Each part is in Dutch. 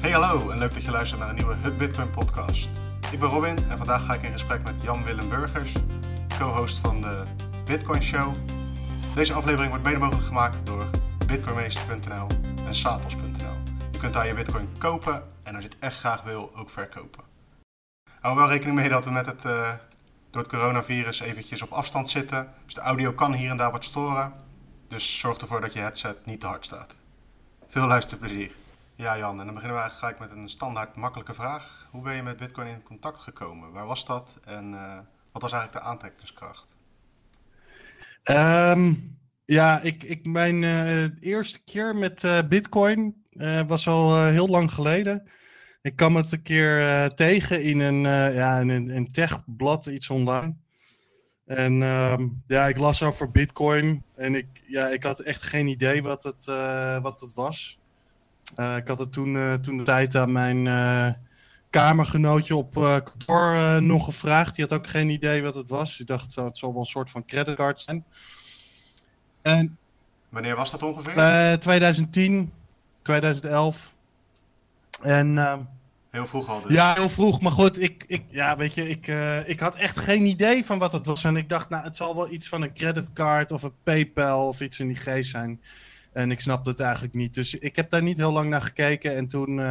Hey hallo en leuk dat je luistert naar een nieuwe Hut Bitcoin podcast. Ik ben Robin en vandaag ga ik in gesprek met Jan-Willem Burgers, co-host van de Bitcoin Show. Deze aflevering wordt mede mogelijk gemaakt door bitcoinmeester.nl en satos.nl. Je kunt daar je bitcoin kopen en als je het echt graag wil, ook verkopen. Hou wel rekening mee dat we met door het coronavirus eventjes op afstand zitten. Dus de audio kan hier en daar wat storen. Dus zorg ervoor dat je headset niet te hard staat. Veel luisterplezier. Ja Jan, en dan beginnen we eigenlijk gelijk met een standaard makkelijke vraag. Hoe ben je met Bitcoin in contact gekomen? Waar was dat en wat was eigenlijk de aantrekkingskracht? Mijn eerste keer met Bitcoin was al heel lang geleden. Ik kwam het een keer tegen in een techblad, iets online. En ik las over Bitcoin en ik had echt geen idee wat het was. Ik had het toen de tijd aan mijn kamergenootje op kantoor nog gevraagd. Die had ook geen idee wat het was. Ik dacht, het zal wel een soort van creditcard zijn. En, Wanneer was dat ongeveer? 2010, 2011. En... heel vroeg al dus. Ja, heel vroeg. Maar goed, ik had echt geen idee van wat het was. En ik dacht, het zal wel iets van een creditcard of een PayPal of iets in die geest zijn. En ik snapte het eigenlijk niet. Dus ik heb daar niet heel lang naar gekeken. En toen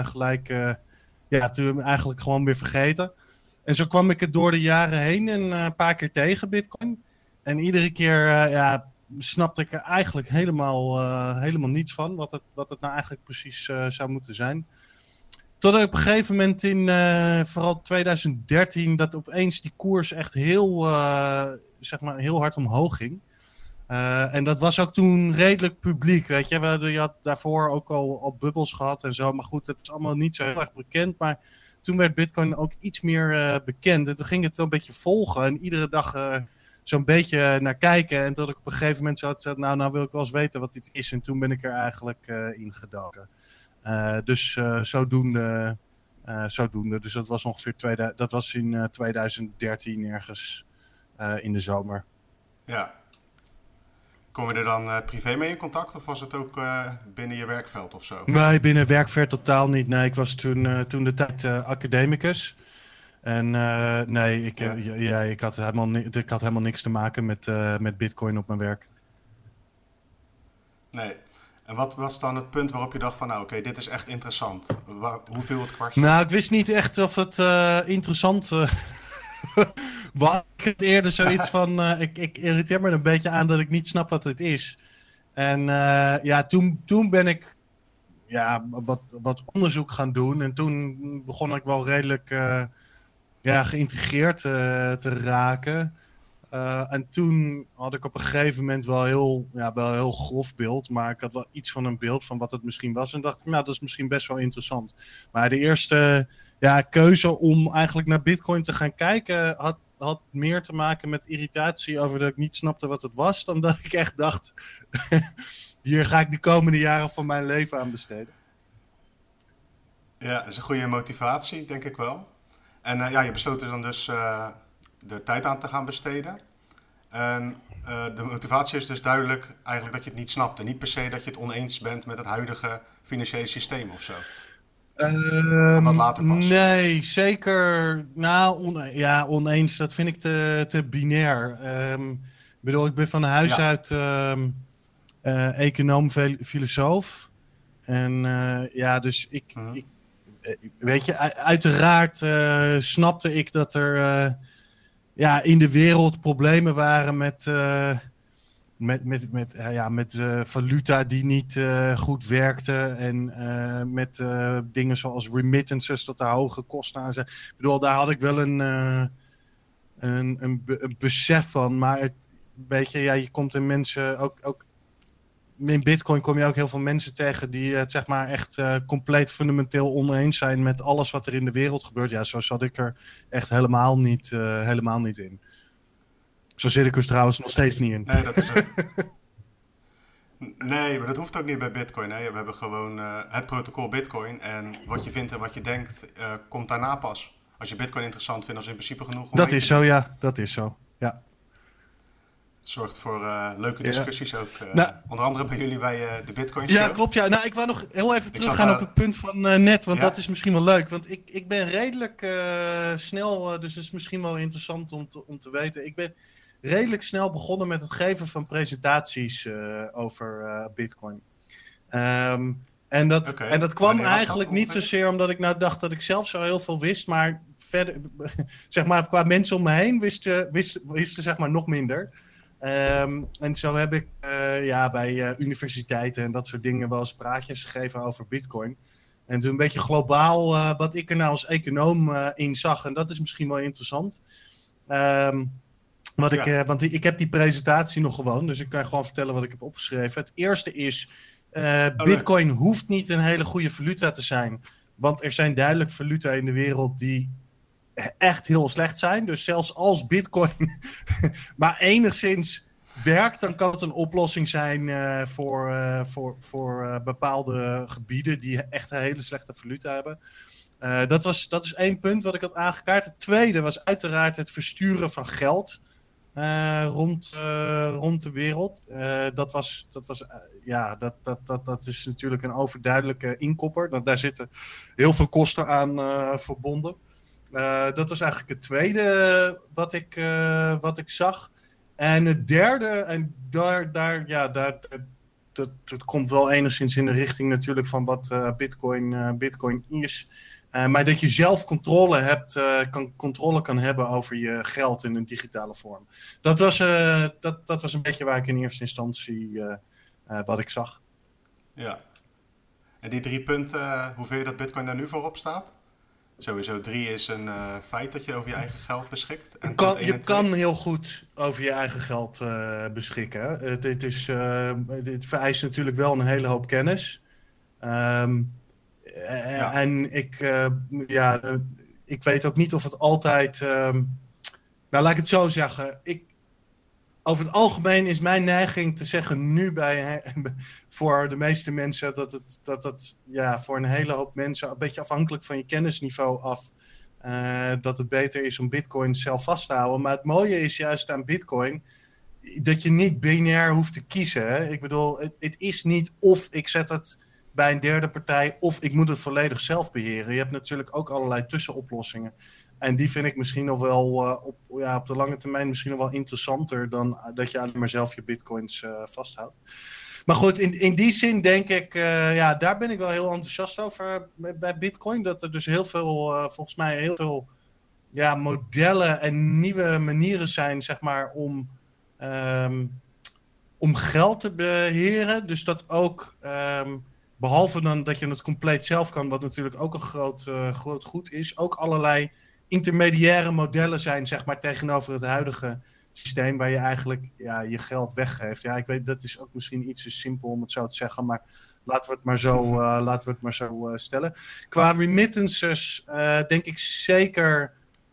toen eigenlijk gewoon weer vergeten. En zo kwam ik het door de jaren heen en een paar keer tegen Bitcoin. En iedere keer snapte ik er eigenlijk helemaal niets van. Wat het nou eigenlijk precies zou moeten zijn. Totdat op een gegeven moment in vooral 2013... dat opeens die koers echt heel hard omhoog ging. En dat was ook toen redelijk publiek, weet je. Je had daarvoor ook al bubbels gehad en zo. Maar goed, het is allemaal niet zo heel erg bekend. Maar toen werd Bitcoin ook iets meer bekend. En toen ging het een beetje volgen. En iedere dag zo'n beetje naar kijken. En tot ik op een gegeven moment zo had, nou wil ik wel eens weten wat dit is. En toen ben ik er eigenlijk ingedoken. Zodoende. Dus dat was ongeveer in 2013 ergens in de zomer. Ja. Kom je er dan privé mee in contact of was het ook binnen je werkveld of zo? Nee, binnen werkveld totaal niet. Nee, ik was toen de tijd academicus. En ik had helemaal niks te maken met Bitcoin op mijn werk. Nee. En wat was dan het punt waarop je dacht van, oké, dit is echt interessant? Hoe viel het kwartje? Nou, ik wist niet echt of het interessant was. Ik had eerder zoiets van, ik irriteer me een beetje aan dat ik niet snap wat het is. En toen ben ik wat onderzoek gaan doen. En toen begon ik wel redelijk geïntegreerd te raken. En toen had ik op een gegeven moment wel heel grof beeld. Maar ik had wel iets van een beeld van wat het misschien was. En dacht ik, dat is misschien best wel interessant. Maar de eerste keuze om eigenlijk naar Bitcoin te gaan kijken had meer te maken met irritatie over dat ik niet snapte wat het was. Dan dat ik echt dacht, hier ga ik de komende jaren van mijn leven aan besteden. Ja, dat is een goede motivatie, denk ik wel. En je besloot er dan dus de tijd aan te gaan besteden. En de motivatie is dus duidelijk eigenlijk dat je het niet snapt. En niet per se dat je het oneens bent met het huidige financiële systeem of zo. Wat later pas. Nee, zeker. Oneens. Dat vind ik te binair. Ik ben van huis uit econoom, filosoof. En dus ik weet je, uiteraard snapte ik dat er in de wereld problemen waren met valuta die niet goed werkte en met dingen zoals remittances tot de hoge kosten aan zijn. Ik bedoel, daar had ik wel een besef van, maar weet je, je komt in mensen ook in Bitcoin kom je ook heel veel mensen tegen die het zeg maar echt compleet fundamenteel oneens zijn met alles wat er in de wereld gebeurt. Ja, zo zat ik er echt helemaal niet in. Zo zit ik er trouwens nog steeds niet in. Nee, dat is het. Nee, maar dat hoeft ook niet bij Bitcoin. Hè. We hebben gewoon het protocol Bitcoin. En wat je vindt en wat je denkt, komt daarna pas. Als je Bitcoin interessant vindt, is in principe genoeg om dat is zo, ja. Dat is zo, ja. Het zorgt voor leuke discussies ook. Nou, onder andere bij jullie bij de Bitcoin Show. Ja, klopt. Ja. Nou, ik wou nog heel even teruggaan op het punt van net, want dat is misschien wel leuk. Want ik ben redelijk snel, dus het is misschien wel interessant om te weten. Ik ben redelijk snel begonnen met het geven van presentaties over Bitcoin. En dat kwam eigenlijk niet zozeer omdat ik nou dacht dat ik zelf zo heel veel wist, maar verder, zeg maar, qua mensen om me heen wisten zeg maar nog minder. En zo heb ik bij universiteiten en dat soort dingen wel eens praatjes gegeven over Bitcoin. En toen een beetje globaal wat ik er nou als econoom in zag. En dat is misschien wel interessant. Want ik heb die presentatie nog gewoon, dus ik kan gewoon vertellen wat ik heb opgeschreven. Het eerste is, Bitcoin hoeft niet een hele goede valuta te zijn. Want er zijn duidelijk valuta in de wereld die echt heel slecht zijn. Dus zelfs als Bitcoin maar enigszins werkt, dan kan het een oplossing zijn voor bepaalde gebieden die echt een hele slechte valuta hebben. Dat is één punt wat ik had aangekaart. Het tweede was uiteraard het versturen van geld rond de wereld. Dat is natuurlijk een overduidelijke inkopper. Daar zitten heel veel kosten aan verbonden. Dat was eigenlijk het tweede wat ik zag. En het derde, en dat komt wel enigszins in de richting natuurlijk van wat Bitcoin is. Maar dat je zelf controle kan hebben over je geld in een digitale vorm. Dat was een beetje waar ik in eerste instantie wat ik zag. Ja. En die 3 punten, hoe vind je dat Bitcoin daar nu voor op staat? Sowieso 3 is een feit dat je over je eigen geld beschikt. En je kan heel goed over je eigen geld beschikken. Het vereist natuurlijk wel een hele hoop kennis. En ik weet ook niet of het altijd... nou, laat ik het zo zeggen. Over het algemeen is mijn neiging te zeggen nu voor de meeste mensen dat voor een hele hoop mensen, een beetje afhankelijk van je kennisniveau af, dat het beter is om Bitcoin zelf vast te houden. Maar het mooie is juist aan Bitcoin dat je niet binair hoeft te kiezen. Hè? Ik bedoel, het is niet of ik zet het bij een derde partij of ik moet het volledig zelf beheren. Je hebt natuurlijk ook allerlei tussenoplossingen. En die vind ik misschien nog wel op de lange termijn misschien nog wel interessanter dan dat je alleen maar zelf je bitcoins vasthoudt. Maar goed, in die zin denk ik, daar ben ik wel heel enthousiast over bij Bitcoin. Dat er dus heel veel, volgens mij heel veel modellen en nieuwe manieren zijn, zeg maar, om geld te beheren. Dus dat ook, behalve dan dat je het compleet zelf kan, wat natuurlijk ook een groot goed is, ook allerlei intermediaire modellen zijn, zeg maar, tegenover het huidige systeem waar je eigenlijk je geld weggeeft. Ja, ik weet, dat is ook misschien iets te simpel om het zo te zeggen, maar laten we het maar zo stellen. Qua remittances denk ik zeker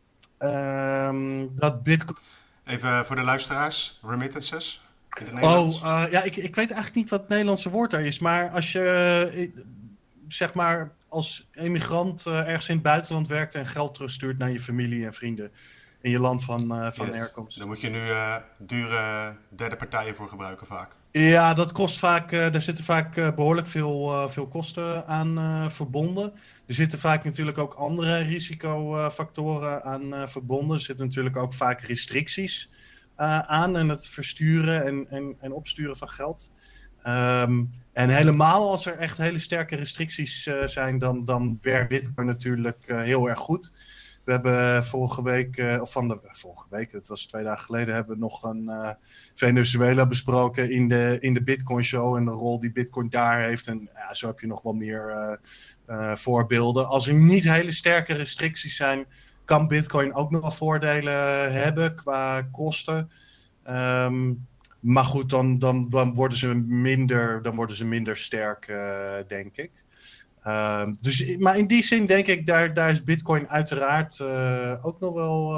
dat Bitcoin... Even voor de luisteraars, remittances? Ik weet eigenlijk niet wat het Nederlandse woord daar is, maar als je zeg maar als emigrant ergens in het buitenland werkt en geld terugstuurt naar je familie en vrienden in je land van herkomst. Dan moet je nu dure derde partijen voor gebruiken vaak. Ja, dat kost vaak, daar zitten vaak behoorlijk veel kosten aan verbonden. Er zitten vaak natuurlijk ook andere risicofactoren aan verbonden. Er zitten natuurlijk ook vaak restricties aan en het versturen en opsturen van geld. En helemaal als er echt hele sterke restricties zijn, dan werkt Bitcoin natuurlijk heel erg goed. We hebben vorige week, het was 2 dagen geleden, hebben we nog een Venezuela besproken in de Bitcoin Show en de rol die Bitcoin daar heeft. En zo heb je nog wel meer voorbeelden. Als er niet hele sterke restricties zijn, kan Bitcoin ook nog wel voordelen hebben qua kosten. Maar goed, dan worden ze minder sterk, denk ik. Maar in die zin denk ik, daar is Bitcoin uiteraard ook nog wel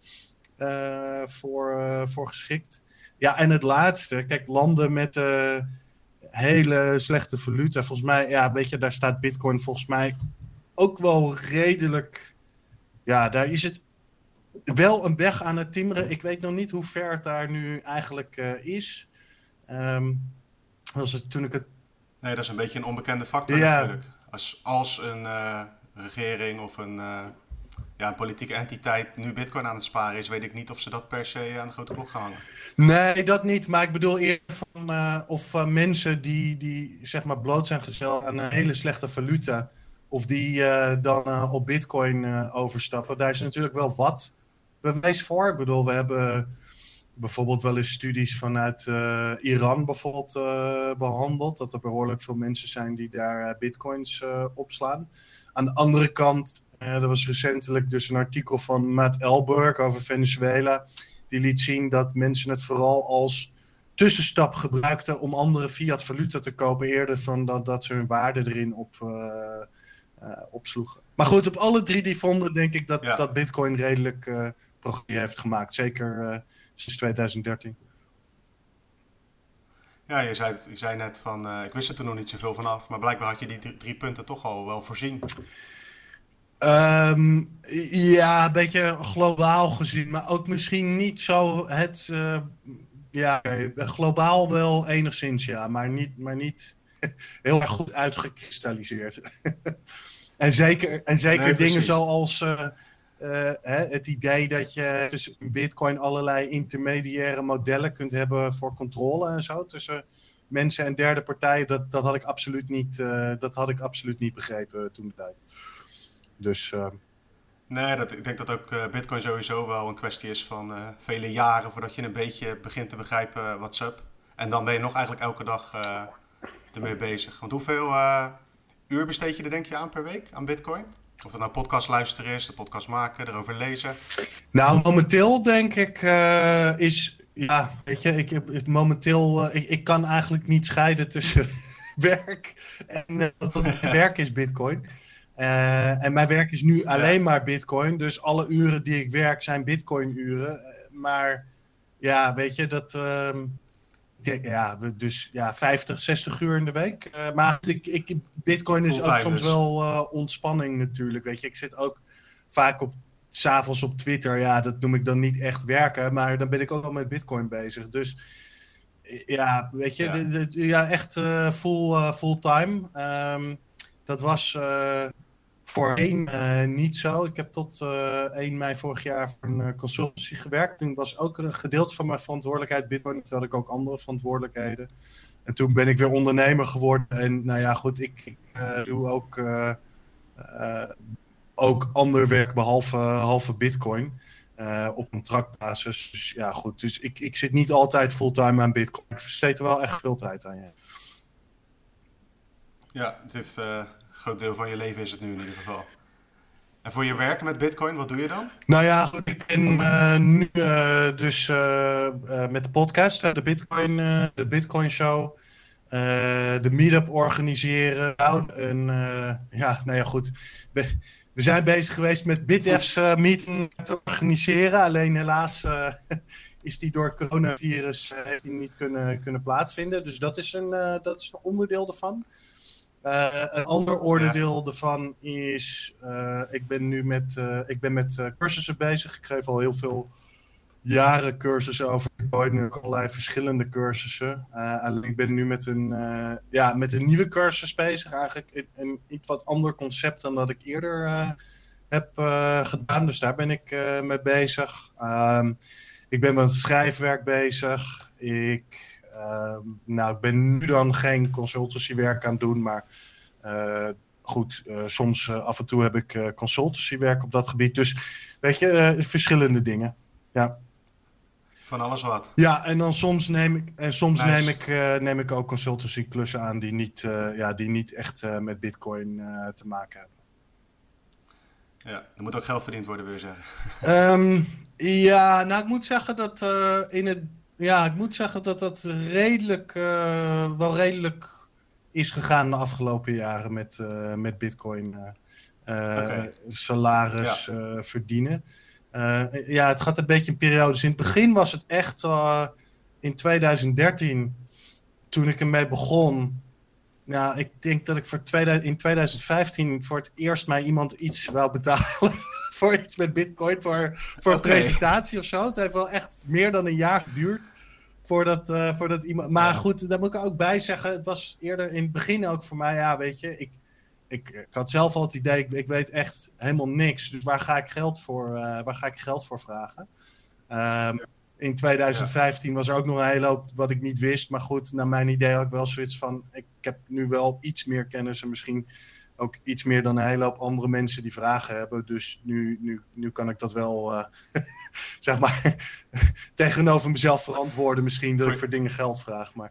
voor geschikt. Ja, en het laatste, kijk, landen met hele slechte valuta, volgens mij, weet je, daar staat Bitcoin volgens mij ook wel redelijk. Ja, daar is het wel een weg aan het timmeren. Ik weet nog niet hoe ver het daar nu eigenlijk is. Toen ik het... Nee, dat is een beetje een onbekende factor Ja. natuurlijk. Als een regering of een politieke entiteit nu bitcoin aan het sparen is, weet ik niet of ze dat per se aan de grote klok gaan hangen. Nee, dat niet. Maar ik bedoel eerder van mensen die zeg maar bloot zijn gesteld aan een hele slechte valuta. Of die dan op bitcoin overstappen. Daar is natuurlijk wel wat bewijs voor. Ik bedoel, we hebben bijvoorbeeld wel eens studies vanuit Iran bijvoorbeeld behandeld. Dat er behoorlijk veel mensen zijn die daar bitcoins opslaan. Aan de andere kant, er was recentelijk dus een artikel van Matt Elberg over Venezuela. Die liet zien dat mensen het vooral als tussenstap gebruikten om andere fiat valuta te kopen. Eerder van dat ze hun waarde erin opsloegen. Maar goed, op alle 3 die vonden denk ik dat bitcoin redelijk progressie heeft gemaakt. Zeker sinds 2013. Ja, je zei net van, ik wist er toen nog niet zoveel vanaf, maar blijkbaar had je die 3 punten toch al wel voorzien. Ja, een beetje globaal gezien, maar ook misschien niet zo globaal wel enigszins, ja, maar niet heel erg goed uitgekristalliseerd. en zeker dingen zoals het idee dat je tussen Bitcoin allerlei intermediaire modellen kunt hebben voor controle en zo tussen mensen en derde partijen, dat had ik absoluut niet begrepen toen de tijd. Dus, Nee, ik denk dat ook Bitcoin sowieso wel een kwestie is van vele jaren voordat je een beetje begint te begrijpen what's up. En dan ben je nog eigenlijk elke dag ermee bezig. Want hoeveel uur besteed je er denk je aan per week aan Bitcoin? Of dat nou podcast luisteren is, de podcast maken, erover lezen? Nou, momenteel denk ik ja, weet je, ik kan eigenlijk niet scheiden tussen werk en werk is Bitcoin. En mijn werk is nu alleen maar Bitcoin. Dus alle uren die ik werk zijn Bitcoin-uren. Maar ja, weet je, dus 50, 60 uur in de week. Maar Bitcoin is ook soms wel ontspanning natuurlijk. Weet je, ik zit ook vaak 's avonds op Twitter. Ja, dat noem ik dan niet echt werken. Maar dan ben ik ook al met Bitcoin bezig. Dus ja, weet je, echt fulltime. Dat was voorheen niet zo. Ik heb tot 1 mei vorig jaar voor een consultancy gewerkt. Toen was ook een gedeelte van mijn verantwoordelijkheid Bitcoin. Toen had ik ook andere verantwoordelijkheden. En toen ben ik weer ondernemer geworden. En nou ja, goed, ik doe ook ander werk behalve Bitcoin. Op contractbasis. Dus ja, goed. Dus ik zit niet altijd fulltime aan Bitcoin. Ik besteed er wel echt veel tijd aan, ja. Ja, het heeft een groot deel van je leven is het nu in ieder geval. En voor je werk met Bitcoin, wat doe je dan? Nou ja, goed, ik ben nu met de podcast, de Bitcoin Show, de meetup organiseren. Goed. We zijn bezig geweest met BitF's meeting te organiseren. Alleen helaas is die door het coronavirus heeft die niet kunnen plaatsvinden. Dus dat is een onderdeel ervan. Een ander onderdeel ervan is, ik ben met cursussen bezig. Ik geef al heel veel jaren cursussen over Bitcoin, ook allerlei verschillende cursussen. Alleen ik ben nu met een nieuwe cursus bezig. Eigenlijk een iets wat ander concept dan dat ik eerder heb gedaan. Dus daar ben ik mee bezig. Ik ben met schrijfwerk bezig. Ik ben nu dan geen consultancywerk aan het doen, maar soms af en toe heb ik consultancywerk op dat gebied. Dus weet je, verschillende dingen. Ja. Van alles wat. Ja, en dan soms neem ik ook consultancyklussen aan die niet echt met Bitcoin te maken hebben. Ja, er moet ook geld verdiend worden, wil je zeggen. Ik moet zeggen dat dat wel redelijk is gegaan de afgelopen jaren met Bitcoin salaris verdienen. Het gaat een beetje in periodes. In het begin was het echt in 2013, toen ik ermee begon. Nou, ik denk dat ik in 2015 voor het eerst mij iemand iets wou betalen voor iets met Bitcoin, voor een presentatie of zo. Het heeft wel echt meer dan een jaar geduurd voordat iemand... Maar goed, daar moet ik ook bij zeggen, het was eerder in het begin ook voor mij, ja, weet je, ik had zelf al het idee, ik weet echt helemaal niks. Dus waar ga ik geld voor vragen? In 2015 was er ook nog een hele hoop wat ik niet wist. Maar goed, naar mijn idee had ik wel zoiets van... Ik heb nu wel iets meer kennis en misschien ook iets meer dan een hele hoop andere mensen die vragen hebben. Dus nu kan ik dat wel, zeg maar, tegenover mezelf verantwoorden. Misschien dat ik voor dingen geld vraag, maar...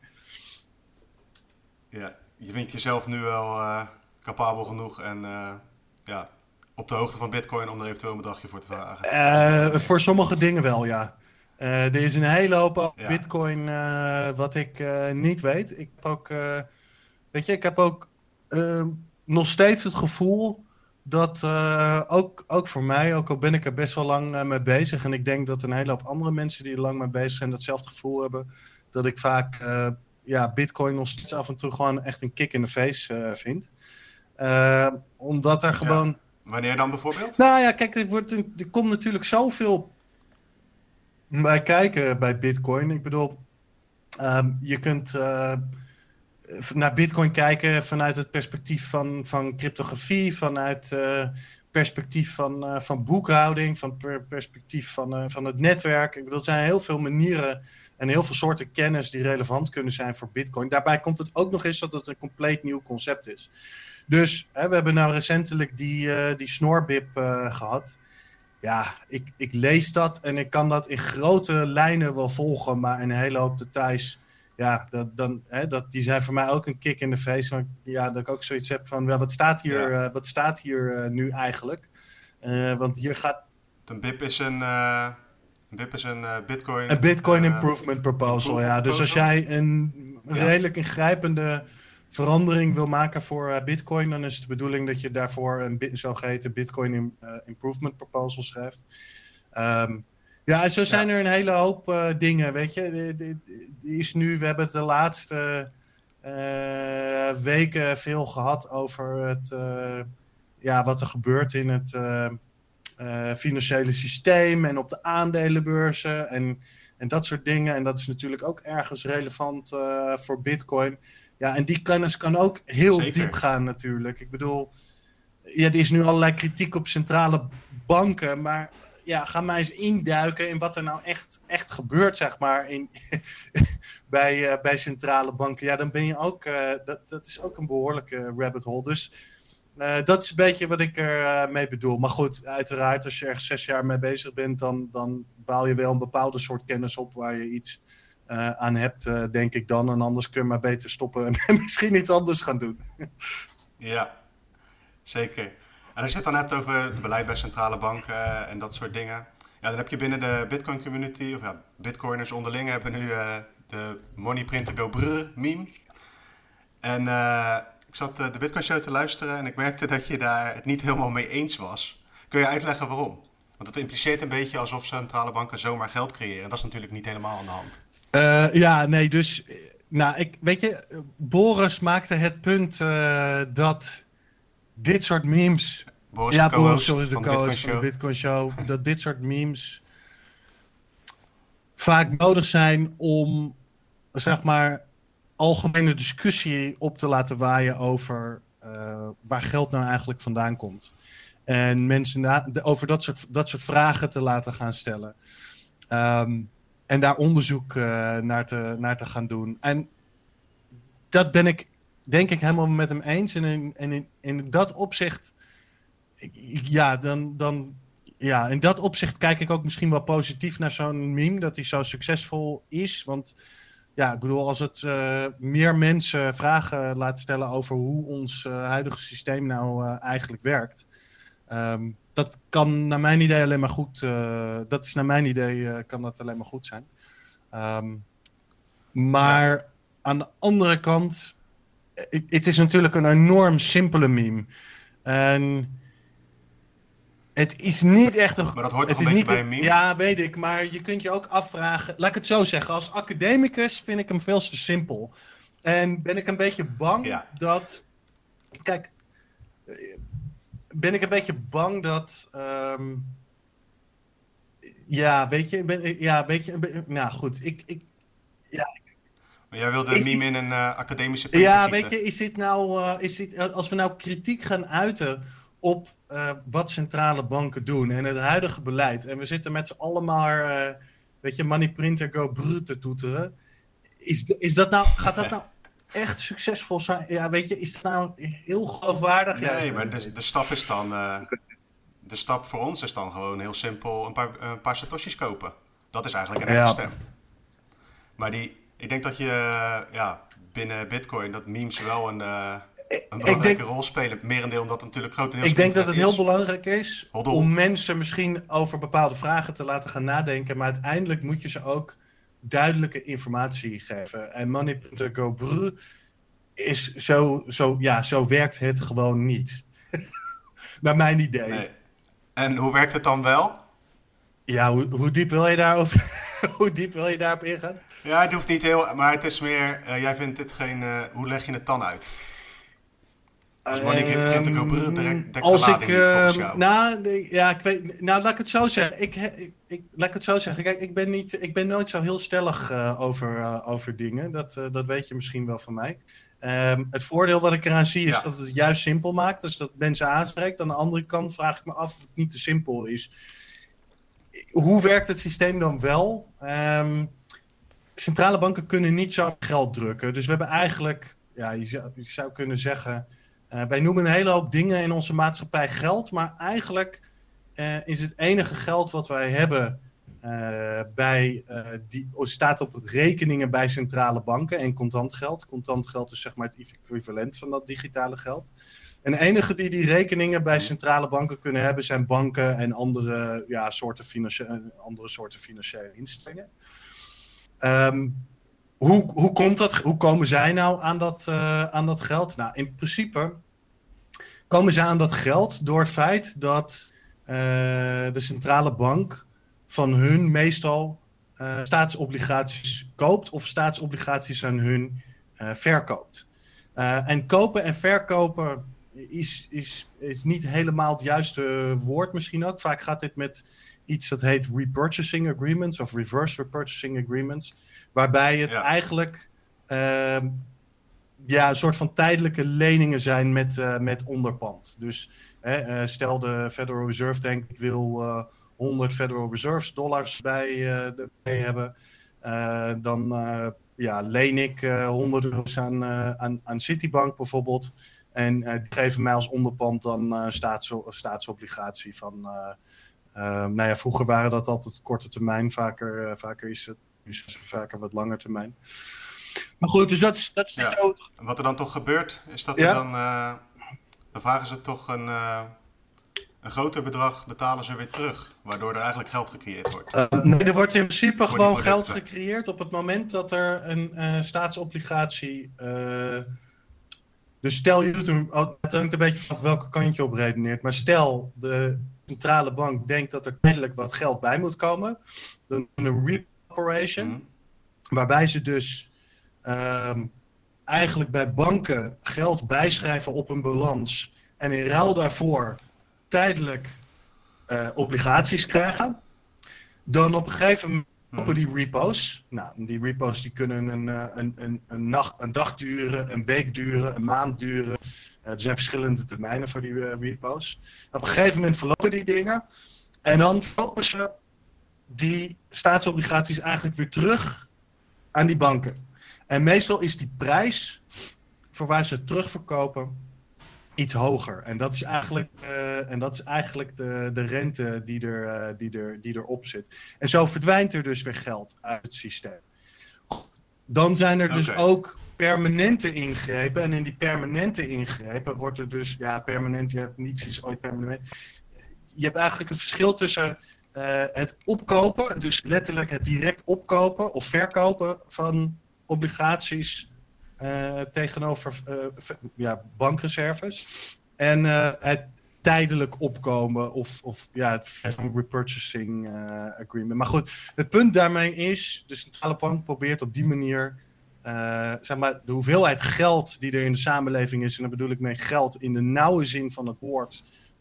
Ja, je vindt jezelf nu wel capabel genoeg en op de hoogte van Bitcoin om er eventueel een bedragje voor te vragen? Voor sommige dingen wel, ja. Er is een hele hoop Bitcoin wat ik niet weet. Ik heb ook nog steeds het gevoel dat ook voor mij, ook al ben ik er best wel lang mee bezig, en ik denk dat een hele hoop andere mensen die er lang mee bezig zijn datzelfde gevoel hebben, dat ik vaak Bitcoin nog steeds af en toe gewoon echt een kick in the face vind. Omdat er gewoon... Wanneer dan bijvoorbeeld? Nou ja, kijk, er komt natuurlijk zoveel bij kijken bij Bitcoin. Ik bedoel, je kunt naar Bitcoin kijken vanuit het perspectief van cryptografie, vanuit perspectief van boekhouding, van perspectief van het netwerk. Ik bedoel, er zijn heel veel manieren en heel veel soorten kennis die relevant kunnen zijn voor Bitcoin. Daarbij komt het ook nog eens dat het een compleet nieuw concept is. Dus we hebben nou recentelijk die Snorbip gehad. Ja, ik lees dat en ik kan dat in grote lijnen wel volgen, maar een hele hoop details, ja, die zijn voor mij ook een kick in the face. Maar ja, dat ik ook zoiets heb van, wat staat hier nu eigenlijk? Want hier gaat... Een BIP is een Bitcoin... Een Bitcoin Improvement Proposal, ja. Dus als jij een redelijk ingrijpende verandering wil maken voor Bitcoin, dan is het de bedoeling dat je daarvoor een zogeheten Bitcoin Improvement Proposal schrijft. En zo zijn er een hele hoop dingen, weet je. We hebben het de laatste weken veel gehad over wat er gebeurt in het financiële systeem en op de aandelenbeurzen en dat soort dingen. En dat is natuurlijk ook ergens relevant voor Bitcoin. Ja, en die kennis kan ook heel diep gaan natuurlijk. Ik bedoel, er is nu allerlei kritiek op centrale banken, maar ja, ga maar eens induiken in wat er nou echt gebeurt, zeg maar, bij centrale banken. Ja, dan ben je ook, dat is ook een behoorlijke rabbit hole. Dus dat is een beetje wat ik er mee bedoel. Maar goed, uiteraard, als je er 6 jaar mee bezig bent, dan bouw je wel een bepaalde soort kennis op waar je iets aan hebt, denk ik dan. En anders kun je maar beter stoppen en misschien iets anders gaan doen. Ja, zeker. En als je het dan hebt over het beleid bij centrale banken en dat soort dingen. Ja, dan heb je binnen de Bitcoin community, of ja, Bitcoiners onderling hebben nu de Money Printer Go Brrr meme. En ik zat de Bitcoin Show te luisteren en ik merkte dat je daar het niet helemaal mee eens was. Kun je uitleggen waarom? Want het impliceert een beetje alsof centrale banken zomaar geld creëren. En dat is natuurlijk niet helemaal aan de hand. Weet je, Boris maakte het punt dat dit soort memes... Boris, de co-host van de Bitcoin Show. Dat dit soort memes vaak nodig zijn om, zeg maar, algemene discussie op te laten waaien over waar geld nou eigenlijk vandaan komt. En mensen over dat soort vragen te laten gaan stellen. En daar onderzoek naar te gaan doen. En dat ben ik, denk ik, helemaal met hem eens. En in dat opzicht... in dat opzicht kijk ik ook misschien wel positief naar zo'n meme, dat hij zo succesvol is. Want ja, ik bedoel, als het meer mensen vragen laat stellen over hoe ons huidige systeem nou eigenlijk werkt. Dat kan naar mijn idee alleen maar goed. Kan dat alleen maar goed zijn. Maar aan de andere kant, het is natuurlijk een enorm simpele meme. En het is niet echt een... Maar dat hoort toch een beetje bij een meme? Ja, weet ik. Maar je kunt je ook afvragen... Laat ik het zo zeggen. Als academicus vind ik hem veel te simpel. En ben ik een beetje bang dat... Kijk, ben ik een beetje bang dat... ja, weet je, nou goed, Maar jij wilde Is meme die- in een academische paper ja, gieten. weet je, als we nou kritiek gaan uiten op wat centrale banken doen en het huidige beleid, en we zitten met z'n allen maar, weet je, money printer go brut te toeteren, gaat dat nou echt succesvol zijn? Ja, weet je, is het nou heel geloofwaardig? Nee, Ja, maar de stap is dan... de stap voor ons is dan gewoon heel simpel een paar satoshis kopen. Dat is eigenlijk een echte stem. Maar ik denk dat je binnen Bitcoin dat memes wel een belangrijke rol spelen. Merendeel omdat het natuurlijk grotendeels Ik denk dat het internet heel belangrijk is Hodl. om mensen misschien over bepaalde vragen te laten gaan nadenken, maar uiteindelijk moet je ze ook duidelijke informatie geven. En Money.go Bru is zo werkt het gewoon niet. Naar mijn idee. Nee. En hoe werkt het dan wel? Ja, hoe diep wil je daarover? Hoe diep wil je daarop ingaan? Ja, het hoeft niet heel, maar het is meer, jij vindt dit geen, hoe leg je het dan uit? Als Money.go Bru dekt de lading niet volgens jou. Laat ik het zo zeggen. Laat ik het zo zeggen. Kijk, ik ben nooit zo heel stellig over dingen. Dat weet je misschien wel van mij. Het voordeel wat ik eraan zie is dat het juist simpel maakt. Dus dat mensen aanspreekt. Aan de andere kant vraag ik me af of het niet te simpel is. Hoe werkt het systeem dan wel? Centrale banken kunnen niet zo geld drukken. Dus we hebben eigenlijk, je zou kunnen zeggen, wij noemen een hele hoop dingen in onze maatschappij geld, maar eigenlijk is het enige geld wat wij hebben staat op rekeningen bij centrale banken en contant geld. Contant geld is zeg maar het equivalent van dat digitale geld. En de enige die rekeningen bij centrale banken kunnen hebben zijn banken en andere soorten financiële instellingen. Hoe komt dat? Hoe komen zij nou aan dat geld? Nou, in principe komen ze aan dat geld door het feit dat de centrale bank van hun meestal staatsobligaties koopt of staatsobligaties aan hun verkoopt. En kopen en verkopen is niet helemaal het juiste woord misschien ook. Vaak gaat dit met iets dat heet repurchasing agreements of reverse repurchasing agreements. Waarbij het eigenlijk een soort van tijdelijke leningen zijn met onderpand. Dus stel de Federal Reserve denkt ik wil 100 Federal Reserves dollars bij hebben. Dan leen ik 100 euro's aan Citibank bijvoorbeeld. En die geven mij als onderpand dan staatsobligatie van... vroeger waren dat altijd korte termijn. Vaker is het vaker wat langer termijn. Maar goed, dus dat is zo... En wat er dan toch gebeurt, is dat er dan vragen ze toch een groter bedrag betalen ze weer terug. Waardoor er eigenlijk geld gecreëerd wordt. Nee, er wordt in principe gewoon geld gecreëerd op het moment dat er een staatsobligatie... Dus stel je doet het hangt een beetje van welke kant je op redeneert. Maar stel de centrale bank denkt dat er tijdelijk wat geld bij moet komen. Dan een repo-operation. Waarbij ze dus eigenlijk bij banken geld bijschrijven op een balans. En in ruil daarvoor tijdelijk obligaties krijgen. Dan op een gegeven moment kopen die repo's. Nou, die repo's die kunnen een dag duren, een week duren, een maand duren. Er zijn verschillende termijnen voor die repo's. Op een gegeven moment verlopen die dingen. En dan verkopen ze die staatsobligaties eigenlijk weer terug aan die banken. En meestal is die prijs voor waar ze het terugverkopen iets hoger. En dat is eigenlijk de rente die erop zit. En zo verdwijnt er dus weer geld uit het systeem. Dan zijn er dus ook permanente ingrepen. En in die permanente ingrepen wordt er dus... Ja, permanent, niets is ooit permanent. Je hebt eigenlijk het verschil tussen het opkopen, dus letterlijk het direct opkopen of verkopen van obligaties tegenover bankreserves. En het tijdelijk opkomen of het repurchasing agreement. Maar goed, het punt daarmee is, de centrale bank probeert op die manier de hoeveelheid geld die er in de samenleving is, en daar bedoel ik mee geld in de nauwe zin van het woord,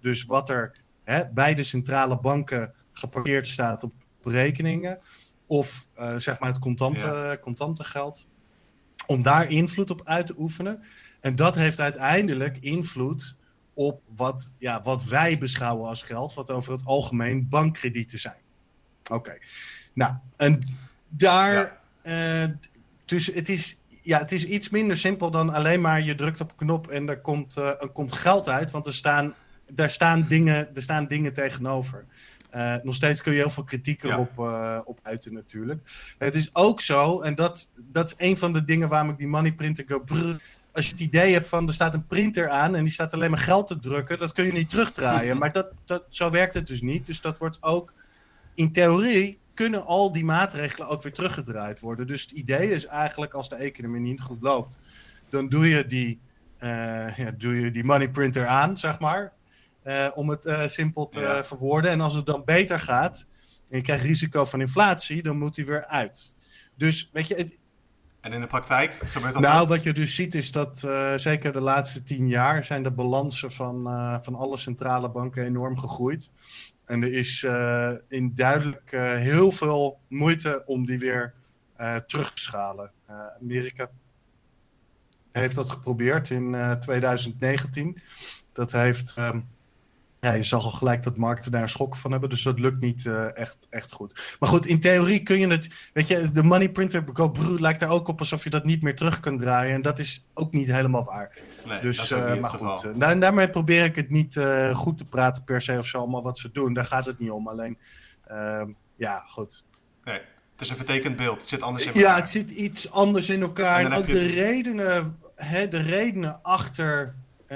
Dus wat er bij de centrale banken geparkeerd staat op rekeningen of zeg maar het contante geld, om daar invloed op uit te oefenen. En dat heeft uiteindelijk invloed op wat wij beschouwen als geld, wat over het algemeen bankkredieten zijn. Oké. Nou, en daar... dus het is iets minder simpel dan alleen maar je drukt op een knop en er komt geld uit, want er staan dingen tegenover. Nog steeds kun je heel veel kritiek erop uiten natuurlijk. Het is ook zo, en dat is een van de dingen waarom ik die money printer go... Als je het idee hebt van er staat een printer aan en die staat alleen maar geld te drukken, dat kun je niet terugdraaien. Maar zo werkt het dus niet. Dus dat wordt ook, in theorie kunnen al die maatregelen ook weer teruggedraaid worden. Dus het idee is eigenlijk, als de economie niet goed loopt, dan doe je die money printer aan, zeg maar. Om het simpel te verwoorden. En als het dan beter gaat en je krijgt risico van inflatie, dan moet die weer uit. Dus weet je... En in de praktijk gebeurt dat Nou, wat je dus ziet is dat zeker de laatste 10 jaar zijn de balansen van alle centrale banken enorm gegroeid. En er is duidelijk heel veel moeite om die weer terug te schalen. Amerika heeft dat geprobeerd in 2019. Dat heeft... je zag al gelijk dat markten daar een schok van hebben. Dus dat lukt niet echt goed. Maar goed, in theorie kun je het... Weet je, de money printer lijkt er ook op alsof je dat niet meer terug kunt draaien. En dat is ook niet helemaal waar. Nee, dus, dat is ook niet maar het goed, geval. Daarmee probeer ik het niet goed te praten per se of zo. Allemaal wat ze doen. Daar gaat het niet om. Alleen, goed. Nee, het is een vertekend beeld. Het zit anders in elkaar. Ja, het zit iets anders in elkaar. En ook de redenen achter...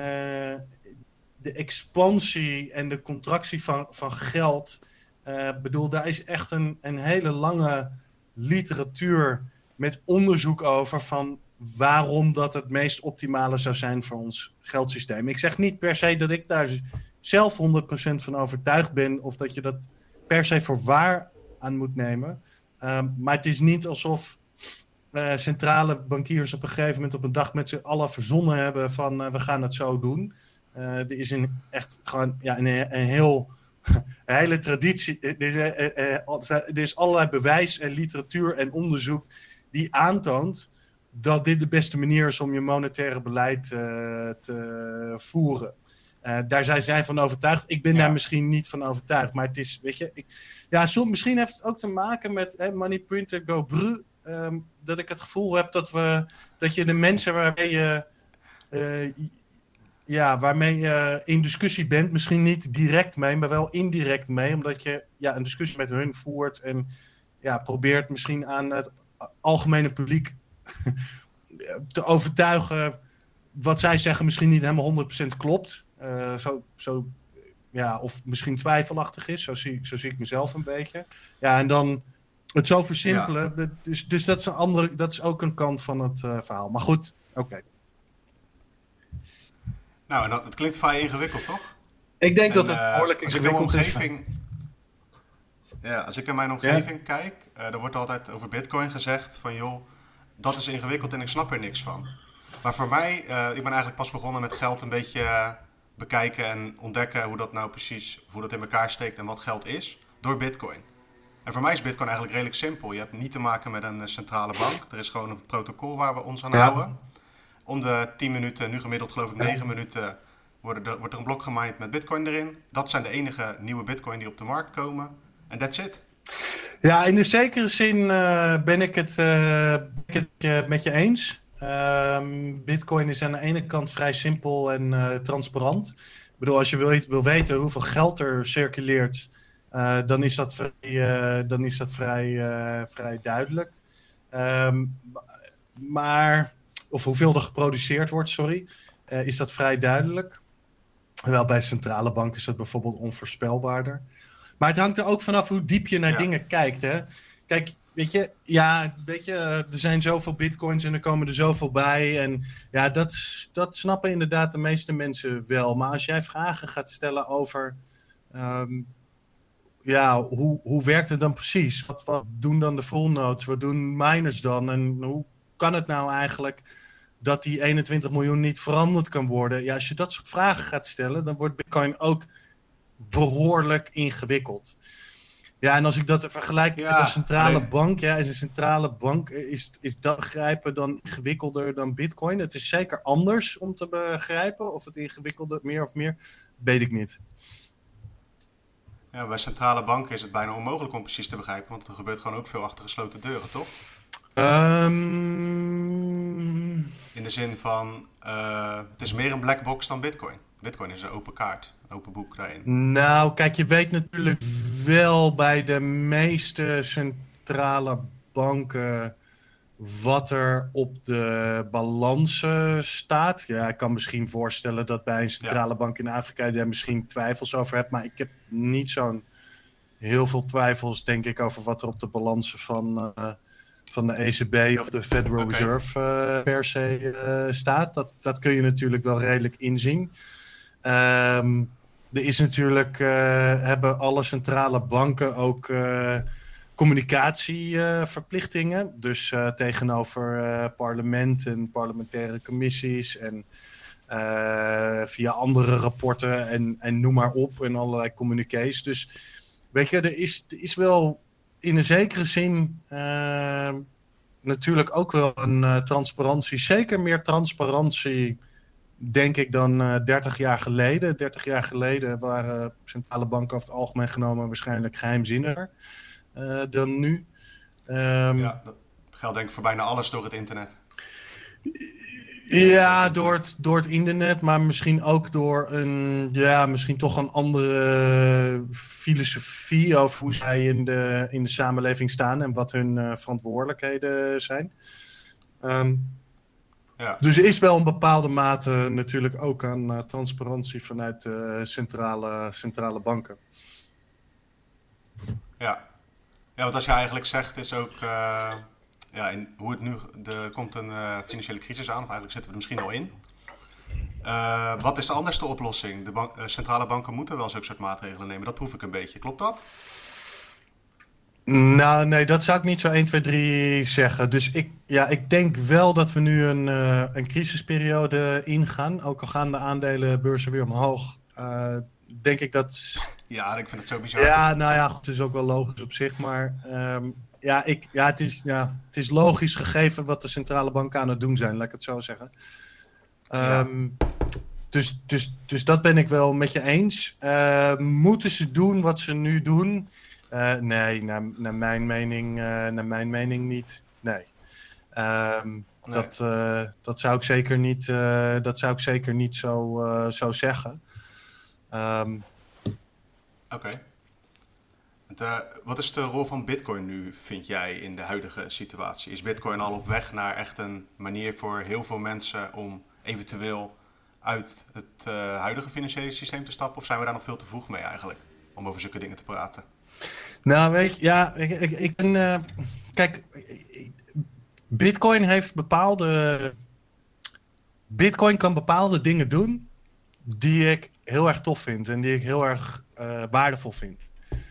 de expansie en de contractie van geld. Daar is echt een hele lange literatuur met onderzoek over van waarom dat het meest optimale zou zijn voor ons geldsysteem. Ik zeg niet per se dat ik daar zelf 100% van overtuigd ben of dat je dat per se voor waar aan moet nemen. Maar het is niet alsof centrale bankiers op een gegeven moment op een dag met z'n allen verzonnen hebben van we gaan het zo doen. Er is een hele traditie. Er is allerlei bewijs en literatuur en onderzoek die aantoont dat dit de beste manier is om je monetaire beleid te voeren. Daar zijn zij van overtuigd. Ik ben daar misschien niet van overtuigd. Maar het is, weet je... misschien heeft het ook te maken met money printer go bru. Dat ik het gevoel heb dat je de mensen waarmee je in discussie bent, misschien niet direct mee, maar wel indirect mee, omdat je een discussie met hun voert en probeert misschien aan het algemene publiek te overtuigen wat zij zeggen misschien niet helemaal 100% klopt. Of misschien twijfelachtig is, zo zie ik mezelf een beetje. Ja, en dan het zo versimpelen. Ja. Dus dat is ook een kant van het verhaal. Maar goed, oké. Nou, en het klinkt vrij ingewikkeld, toch? Ik denk dat het behoorlijk ingewikkeld is. Als ik in mijn omgeving kijk, er wordt altijd over Bitcoin gezegd van joh, dat is ingewikkeld en ik snap er niks van. Maar voor mij, ik ben eigenlijk pas begonnen met geld een beetje bekijken en ontdekken hoe dat nou precies, hoe dat in elkaar steekt en wat geld is, door Bitcoin. En voor mij is Bitcoin eigenlijk redelijk simpel. Je hebt niet te maken met een centrale bank. Er is gewoon een protocol waar we ons aan houden. Om de 10 minuten, nu gemiddeld geloof ik 9 minuten, wordt er een blok gemined met Bitcoin erin. Dat zijn de enige nieuwe Bitcoin die op de markt komen. En that's it. Ja, in de zekere zin ben ik het met je eens. Bitcoin is aan de ene kant vrij simpel en transparant. Ik bedoel, als je wil weten hoeveel geld er circuleert, dan is dat vrij duidelijk. Of hoeveel er geproduceerd wordt, is dat vrij duidelijk. Wel bij centrale banken is dat bijvoorbeeld onvoorspelbaarder. Maar het hangt er ook vanaf hoe diep je naar dingen kijkt. Hè? Kijk, weet je, er zijn zoveel bitcoins en er komen er zoveel bij. En ja, dat snappen inderdaad de meeste mensen wel. Maar als jij vragen gaat stellen over hoe werkt het dan precies? Wat doen dan de full nodes? Wat doen miners dan? En hoe kan het nou eigenlijk dat die 21 miljoen niet veranderd kan worden. Ja, als je dat soort vragen gaat stellen, dan wordt Bitcoin ook behoorlijk ingewikkeld. Ja, en als ik dat vergelijk met een centrale bank, is een centrale bank is dat begrijpen dan ingewikkelder dan Bitcoin? Het is zeker anders om te begrijpen. Of het ingewikkelder meer of meer, weet ik niet. Ja, bij centrale banken is het bijna onmogelijk om precies te begrijpen, want er gebeurt gewoon ook veel achter gesloten deuren, toch? In de zin van, het is meer een black box dan Bitcoin. Bitcoin is een open kaart, een open boek daarin. Nou, kijk, je weet natuurlijk wel bij de meeste centrale banken wat er op de balansen staat. Ja, ik kan misschien voorstellen dat bij een centrale bank in Afrika je daar misschien twijfels over hebt, maar ik heb niet zo'n heel veel twijfels, denk ik, over wat er op de balansen van de ECB of de Federal Reserve per se staat. Dat kun je natuurlijk wel redelijk inzien. Er is natuurlijk, hebben alle centrale banken ook communicatieverplichtingen. Dus tegenover parlementen, parlementaire commissies en via andere rapporten en noem maar op en allerlei communiqués. Dus weet je, er is wel in een zekere zin natuurlijk ook wel een transparantie. Zeker meer transparantie, denk ik, dan 30 jaar geleden. 30 jaar geleden waren centrale banken over het algemeen genomen waarschijnlijk geheimzinniger dan nu. Ja, dat geldt denk ik voor bijna alles door het internet. Ja, door het internet, maar misschien ook door misschien toch een andere filosofie over hoe zij in de samenleving staan en wat hun verantwoordelijkheden zijn. Dus er is wel een bepaalde mate natuurlijk ook aan transparantie vanuit centrale banken. Ja, wat als je eigenlijk zegt is ook... hoe het nu... Er komt een financiële crisis aan, of eigenlijk zitten we er misschien al in. Wat is anders de oplossing? De centrale banken moeten wel zulke soort maatregelen nemen. Dat proef ik een beetje. Klopt dat? Nou, nee, dat zou ik niet zo 1, 2, 3 zeggen. Dus ik denk wel dat we nu een crisisperiode ingaan. Ook al gaan de aandelenbeurzen weer omhoog. Denk ik dat... Ja, ik vind het zo bizar. Ja, nou ja, het is ook wel logisch op zich. Maar het is logisch gegeven wat de centrale banken aan het doen zijn. Laat ik het zo zeggen. Dus dat ben ik wel met je eens. Moeten ze doen wat ze nu doen? Nee, naar mijn mening niet. Nee. Nee. Dat zou ik zeker niet zo zeggen. Oké. Wat is de rol van Bitcoin nu, vind jij, in de huidige situatie? Is Bitcoin al op weg naar echt een manier voor heel veel mensen om eventueel uit het huidige financiële systeem te stappen? Of zijn we daar nog veel te vroeg mee eigenlijk, om over zulke dingen te praten? Nou, weet je, ja, ik ben... kijk, Bitcoin kan bepaalde dingen doen die ik heel erg tof vind en die ik heel erg waardevol vind.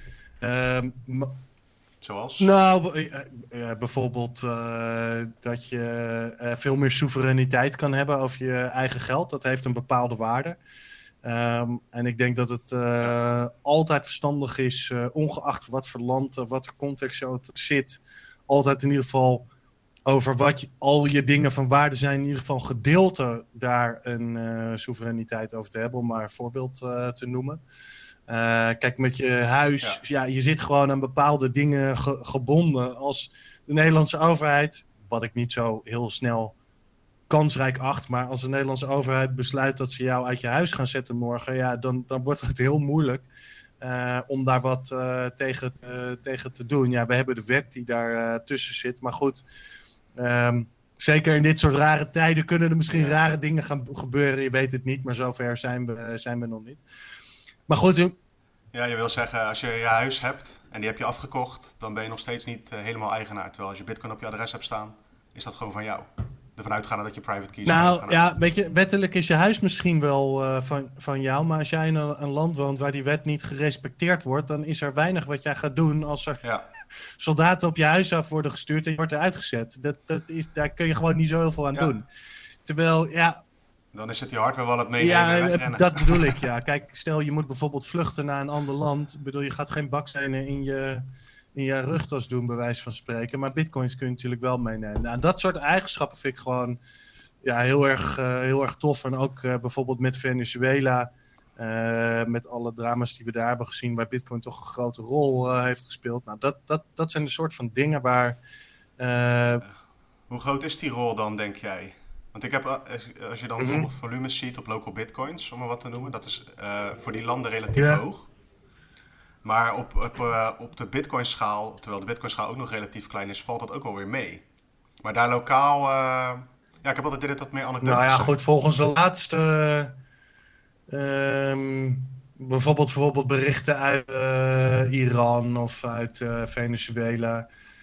Zoals? Nou, bijvoorbeeld dat je veel meer soevereiniteit kan hebben over je eigen geld. Dat heeft een bepaalde waarde. En ik denk dat het altijd verstandig is, ongeacht wat voor land, wat voor context je zit, altijd in ieder geval over al je dingen van waarde zijn, in ieder geval gedeelte daar een soevereiniteit over te hebben, om maar een voorbeeld te noemen. Kijk, met je huis, je zit gewoon aan bepaalde dingen gebonden. Als de Nederlandse overheid, wat ik niet zo heel snel kansrijk acht, maar als de Nederlandse overheid besluit dat ze jou uit je huis gaan zetten morgen, dan wordt het heel moeilijk om daar wat tegen te doen. Ja, we hebben de wet die daar tussen zit, maar goed, zeker in dit soort rare tijden kunnen er misschien rare dingen gaan gebeuren. Je weet het niet, maar zover zijn we nog niet. Maar goed. Ja, je wil zeggen, als je je huis hebt en die heb je afgekocht, dan ben je nog steeds niet helemaal eigenaar. Terwijl als je Bitcoin op je adres hebt staan, is dat gewoon van jou. Ervan uitgaande dat je private keys... Nou ja, weet je, wettelijk is je huis misschien wel van jou, maar als jij in een land woont waar die wet niet gerespecteerd wordt, dan is er weinig wat jij gaat doen als er soldaten op je huis af worden gestuurd en je wordt eruit gezet. Daar kun je gewoon niet zo heel veel aan doen. Terwijl, ja... Dan is het die hardware wallet meenemen en wegrennen. Dat bedoel ik, ja. Kijk, stel je moet bijvoorbeeld vluchten naar een ander land. Ik bedoel, je gaat geen bakstenen in je rugtas doen, bij wijze van spreken. Maar bitcoins kun je natuurlijk wel meenemen. Nou, dat soort eigenschappen vind ik gewoon heel erg tof. En ook bijvoorbeeld met Venezuela, met alle drama's die we daar hebben gezien, waar bitcoin toch een grote rol heeft gespeeld. Nou, dat zijn de soort van dingen waar... Hoe groot is die rol dan, denk jij? Want ik heb, als je dan bijvoorbeeld volumes ziet op local bitcoins, om maar wat te noemen, dat is voor die landen relatief hoog. Maar op de bitcoin-schaal, terwijl de bitcoin-schaal ook nog relatief klein is, valt dat ook wel weer mee. Maar daar lokaal, ik heb altijd dit meer anekdotes. Nou ja, goed, volgens de laatste, bijvoorbeeld berichten uit Iran of uit Venezuela,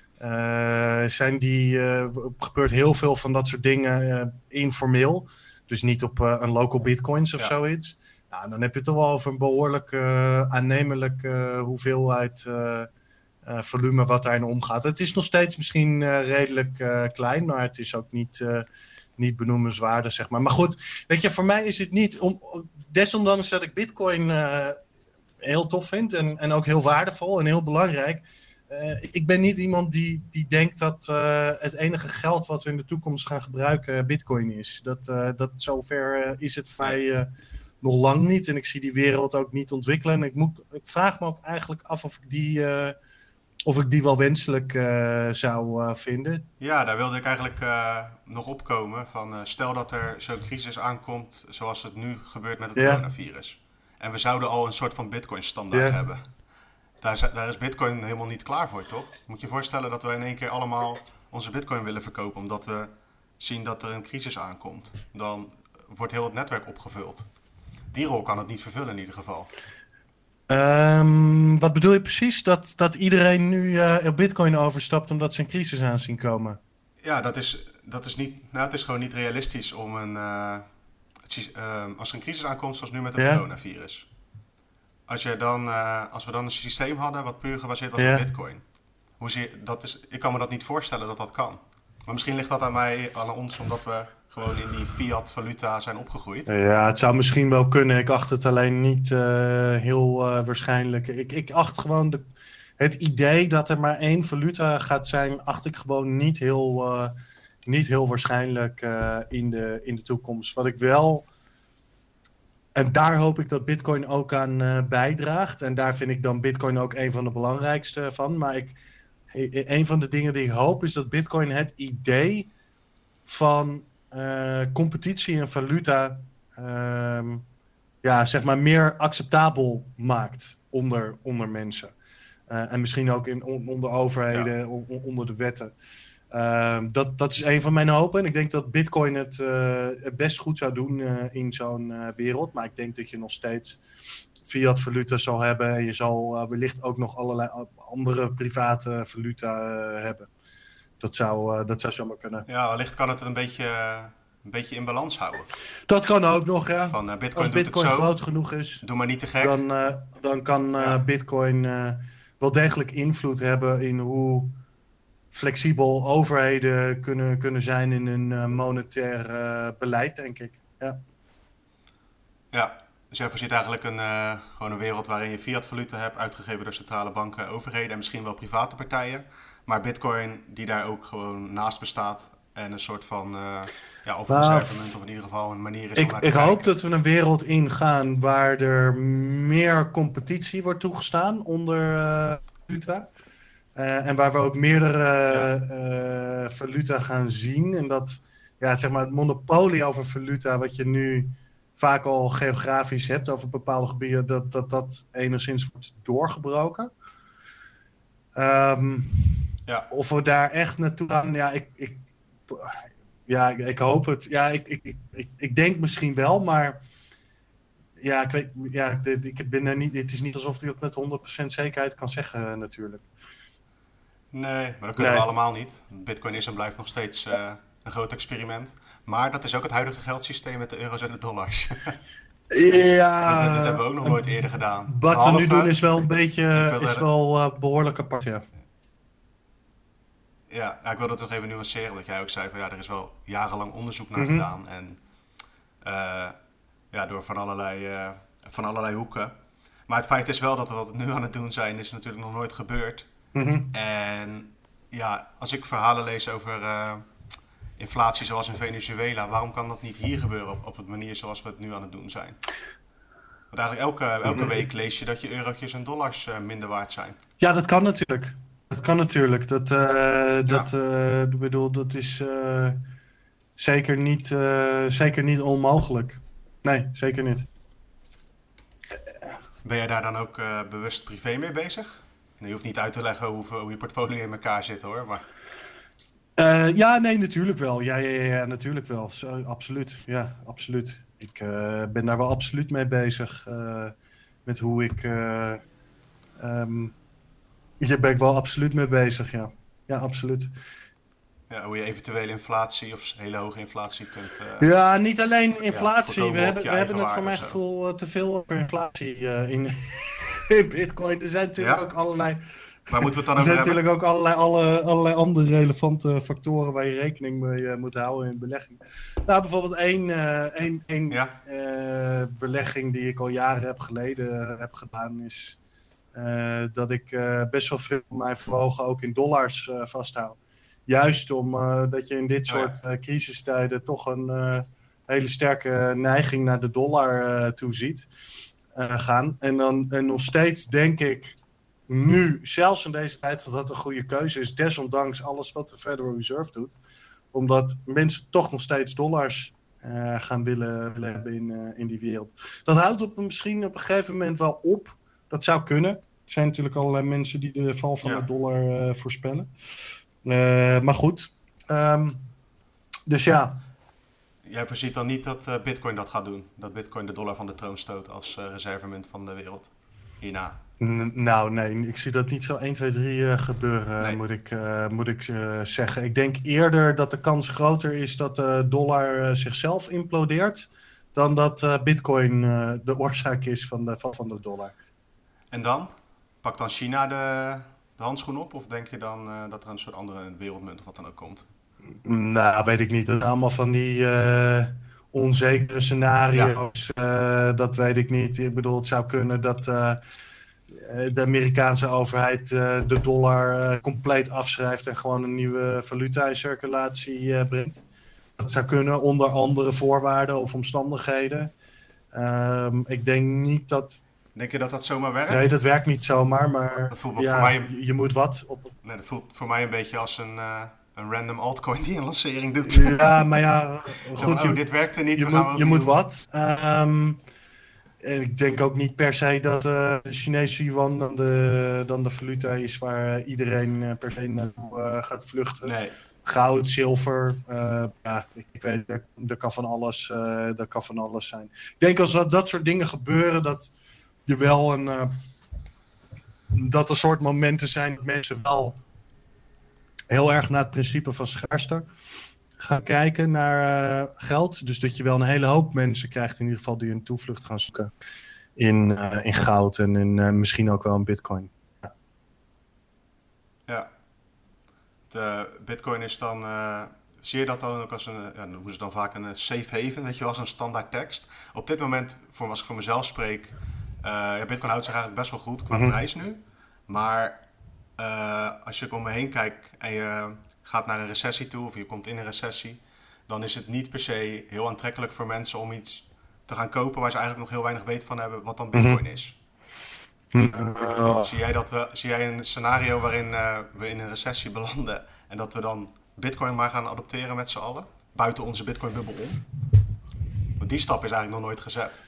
gebeurt heel veel van dat soort dingen informeel. Dus niet op een local bitcoins of zoiets. Nou, dan heb je het toch wel over een behoorlijk aannemelijke hoeveelheid volume wat daarin omgaat. Het is nog steeds misschien redelijk klein, maar het is ook niet benoemenswaardig, zeg maar. Maar goed, weet je, voor mij is het niet... desondanks dat ik bitcoin heel tof vind en ook heel waardevol en heel belangrijk... ik ben niet iemand die denkt dat het enige geld wat we in de toekomst gaan gebruiken bitcoin is. Dat zover is het voor mij nog lang niet. En ik zie die wereld ook niet ontwikkelen. En ik vraag me ook eigenlijk af of ik die wel wenselijk zou vinden. Ja, daar wilde ik eigenlijk nog opkomen. Stel dat er zo'n crisis aankomt zoals het nu gebeurt met het coronavirus. En we zouden al een soort van bitcoin standaard hebben. Daar is bitcoin helemaal niet klaar voor, toch? Moet je je voorstellen dat we in één keer allemaal onze bitcoin willen verkopen omdat we zien dat er een crisis aankomt. Dan wordt heel het netwerk opgevuld. Die rol kan het niet vervullen in ieder geval. Wat bedoel je precies? Dat iedereen nu op bitcoin overstapt omdat ze een crisis aan zien komen? Ja, dat is niet... Nou, het is gewoon niet realistisch om als er een crisis aankomt zoals nu met het coronavirus. Als we dan een systeem hadden wat puur gebaseerd was op bitcoin. Ik kan me dat niet voorstellen dat dat kan. Maar misschien ligt dat aan ons, omdat we gewoon in die fiat valuta zijn opgegroeid. Ja, het zou misschien wel kunnen. Ik acht het alleen niet heel waarschijnlijk. Ik acht gewoon het idee dat er maar één valuta gaat zijn, acht ik gewoon niet heel waarschijnlijk in de toekomst. Wat ik wel... En daar hoop ik dat bitcoin ook aan bijdraagt. En daar vind ik dan bitcoin ook een van de belangrijkste van. Maar een van de dingen die ik hoop is dat bitcoin het idee van competitie en valuta zeg maar meer acceptabel maakt onder mensen. En misschien ook onder overheden, onder de wetten. Dat is een van mijn hopen. En ik denk dat bitcoin het best goed zou doen in zo'n wereld. Maar ik denk dat je nog steeds fiat valuta zal hebben. En je zal wellicht ook nog allerlei andere private valuta hebben. Dat zou zomaar kunnen. Ja, wellicht kan het een beetje in balans houden. Dat kan ook nog, ja. Bitcoin als bitcoin doet het zo. groot genoeg is, doe maar niet te gek. Dan kan bitcoin wel degelijk invloed hebben in hoe flexibel overheden kunnen zijn in hun monetair beleid, denk ik. Ja, dus jij voorziet eigenlijk gewoon een wereld waarin je fiat valuta hebt, uitgegeven door centrale banken, overheden en misschien wel private partijen. Maar bitcoin die daar ook gewoon naast bestaat en een soort van of een reservemunt of in ieder geval een manier is om naar te kijken. Ik hoop dat we een wereld ingaan waar er meer competitie wordt toegestaan onder valuta. En waar we ook meerdere valuta gaan zien. En dat zeg maar het monopolie over valuta, wat je nu vaak al geografisch hebt over bepaalde gebieden, dat enigszins wordt doorgebroken. Of we daar echt naartoe gaan, ik hoop het. Ja, ik denk misschien wel, maar ik weet, ik ben er niet. Het is niet alsof je het met 100% zekerheid kan zeggen, natuurlijk. Nee, maar dat kunnen we allemaal niet. Bitcoin is en blijft nog steeds een groot experiment. Maar dat is ook het huidige geldsysteem met de euro's en de dollars. Ja. Dat hebben we ook nog nooit eerder gedaan. Wat we nu doen is wel een beetje, behoorlijk apart, Ja, ik wil dat nog even nuanceren, omdat jij ook zei van ja, er is wel jarenlang onderzoek naar gedaan. En door van allerlei hoeken. Maar het feit is wel dat we wat we nu aan het doen zijn, is natuurlijk nog nooit gebeurd. En ja, als ik verhalen lees over inflatie zoals in Venezuela, waarom kan dat niet hier gebeuren op een manier zoals we het nu aan het doen zijn? Want eigenlijk elke week lees je dat je eurotjes en dollars minder waard zijn. Ja, dat kan natuurlijk. Ik bedoel, dat is zeker niet onmogelijk. Nee, zeker niet. Ben jij daar dan ook bewust privé mee bezig? En je hoeft niet uit te leggen hoe je portfolio in elkaar zit hoor, maar... Ja, nee, natuurlijk wel. Ja, natuurlijk wel. Zo, absoluut. Ja, absoluut. Ik ben daar wel absoluut mee bezig. Met hoe ik... Hier ben ik wel absoluut mee bezig, ja. Ja, absoluut. Ja, hoe je eventuele inflatie of hele hoge inflatie kunt... ja, niet alleen inflatie. Ja, we hebben het voor mijn gevoel te veel over inflatie in Bitcoin. Er zijn natuurlijk ook allerlei... Maar moeten we het dan er zijn over natuurlijk ook allerlei andere relevante factoren waar je rekening mee moet houden in belegging. Nou, bijvoorbeeld één belegging die ik al jaren geleden heb gedaan is dat ik best wel veel van mijn vermogen ook in dollars vasthoud. Juist omdat je in dit soort crisistijden toch een hele sterke neiging naar de dollar toe ziet gaan. En nog steeds denk ik nu, zelfs in deze tijd, dat dat een goede keuze is, desondanks alles wat de Federal Reserve doet. Omdat mensen toch nog steeds dollars gaan willen hebben in die wereld. Dat houdt misschien op een gegeven moment wel op. Dat zou kunnen. Er zijn natuurlijk allerlei mensen die de val van de dollar voorspellen. Maar goed. Dus ja. Jij voorziet dan niet dat Bitcoin dat gaat doen? Dat Bitcoin de dollar van de troon stoot als reservemunt van de wereld hierna? Nou, nee, ik zie dat niet zo 1, 2, 3 gebeuren, nee. moet ik zeggen. Ik denk eerder dat de kans groter is dat de dollar zichzelf implodeert, dan dat Bitcoin de oorzaak is van de val van de dollar. En dan? Pakt dan China de handschoen op? Of denk je dan dat er een soort andere wereldmunt of wat dan ook komt? Nou, weet ik niet. Dat zijn allemaal van die onzekere scenario's. Ja. Dat weet ik niet. Ik bedoel, het zou kunnen dat de Amerikaanse overheid de dollar compleet afschrijft en gewoon een nieuwe valuta in circulatie brengt. Dat zou kunnen onder andere voorwaarden of omstandigheden. Ik denk niet dat... Denk je dat dat zomaar werkt? Nee, dat werkt niet zomaar, maar dat voelt voor mij je moet wat op... Nee, dat voelt voor mij een beetje als een random altcoin die een lancering doet. Ja, maar ja... Goed, dit werkte niet. Je moet wat. En ik denk ook niet per se dat de Chinese yuan dan de valuta is waar iedereen per se naartoe gaat vluchten. Nee. Goud, zilver, ik weet, dat kan van alles zijn. Ik denk als dat soort dingen gebeuren, dat je wel dat er soort momenten zijn dat mensen wel heel erg naar het principe van schaarste gaan kijken naar geld. Dus dat je wel een hele hoop mensen krijgt in ieder geval die een toevlucht gaan zoeken in goud en in misschien ook wel in Bitcoin. Ja. De Bitcoin is dan... zie je dat dan ook als een... noemen ze dan vaak een safe haven, weet je wel, als een standaard tekst. Op dit moment, als ik voor mezelf spreek... Bitcoin houdt zich eigenlijk best wel goed qua prijs nu. Maar als je om me heen kijkt en je gaat naar een recessie toe of je komt in een recessie, dan is het niet per se heel aantrekkelijk voor mensen om iets te gaan kopen waar ze eigenlijk nog heel weinig weet van hebben wat dan Bitcoin is. Zie jij een scenario waarin we in een recessie belanden en dat we dan Bitcoin maar gaan adopteren met z'n allen? Buiten onze Bitcoin-bubbel om? Want die stap is eigenlijk nog nooit gezet.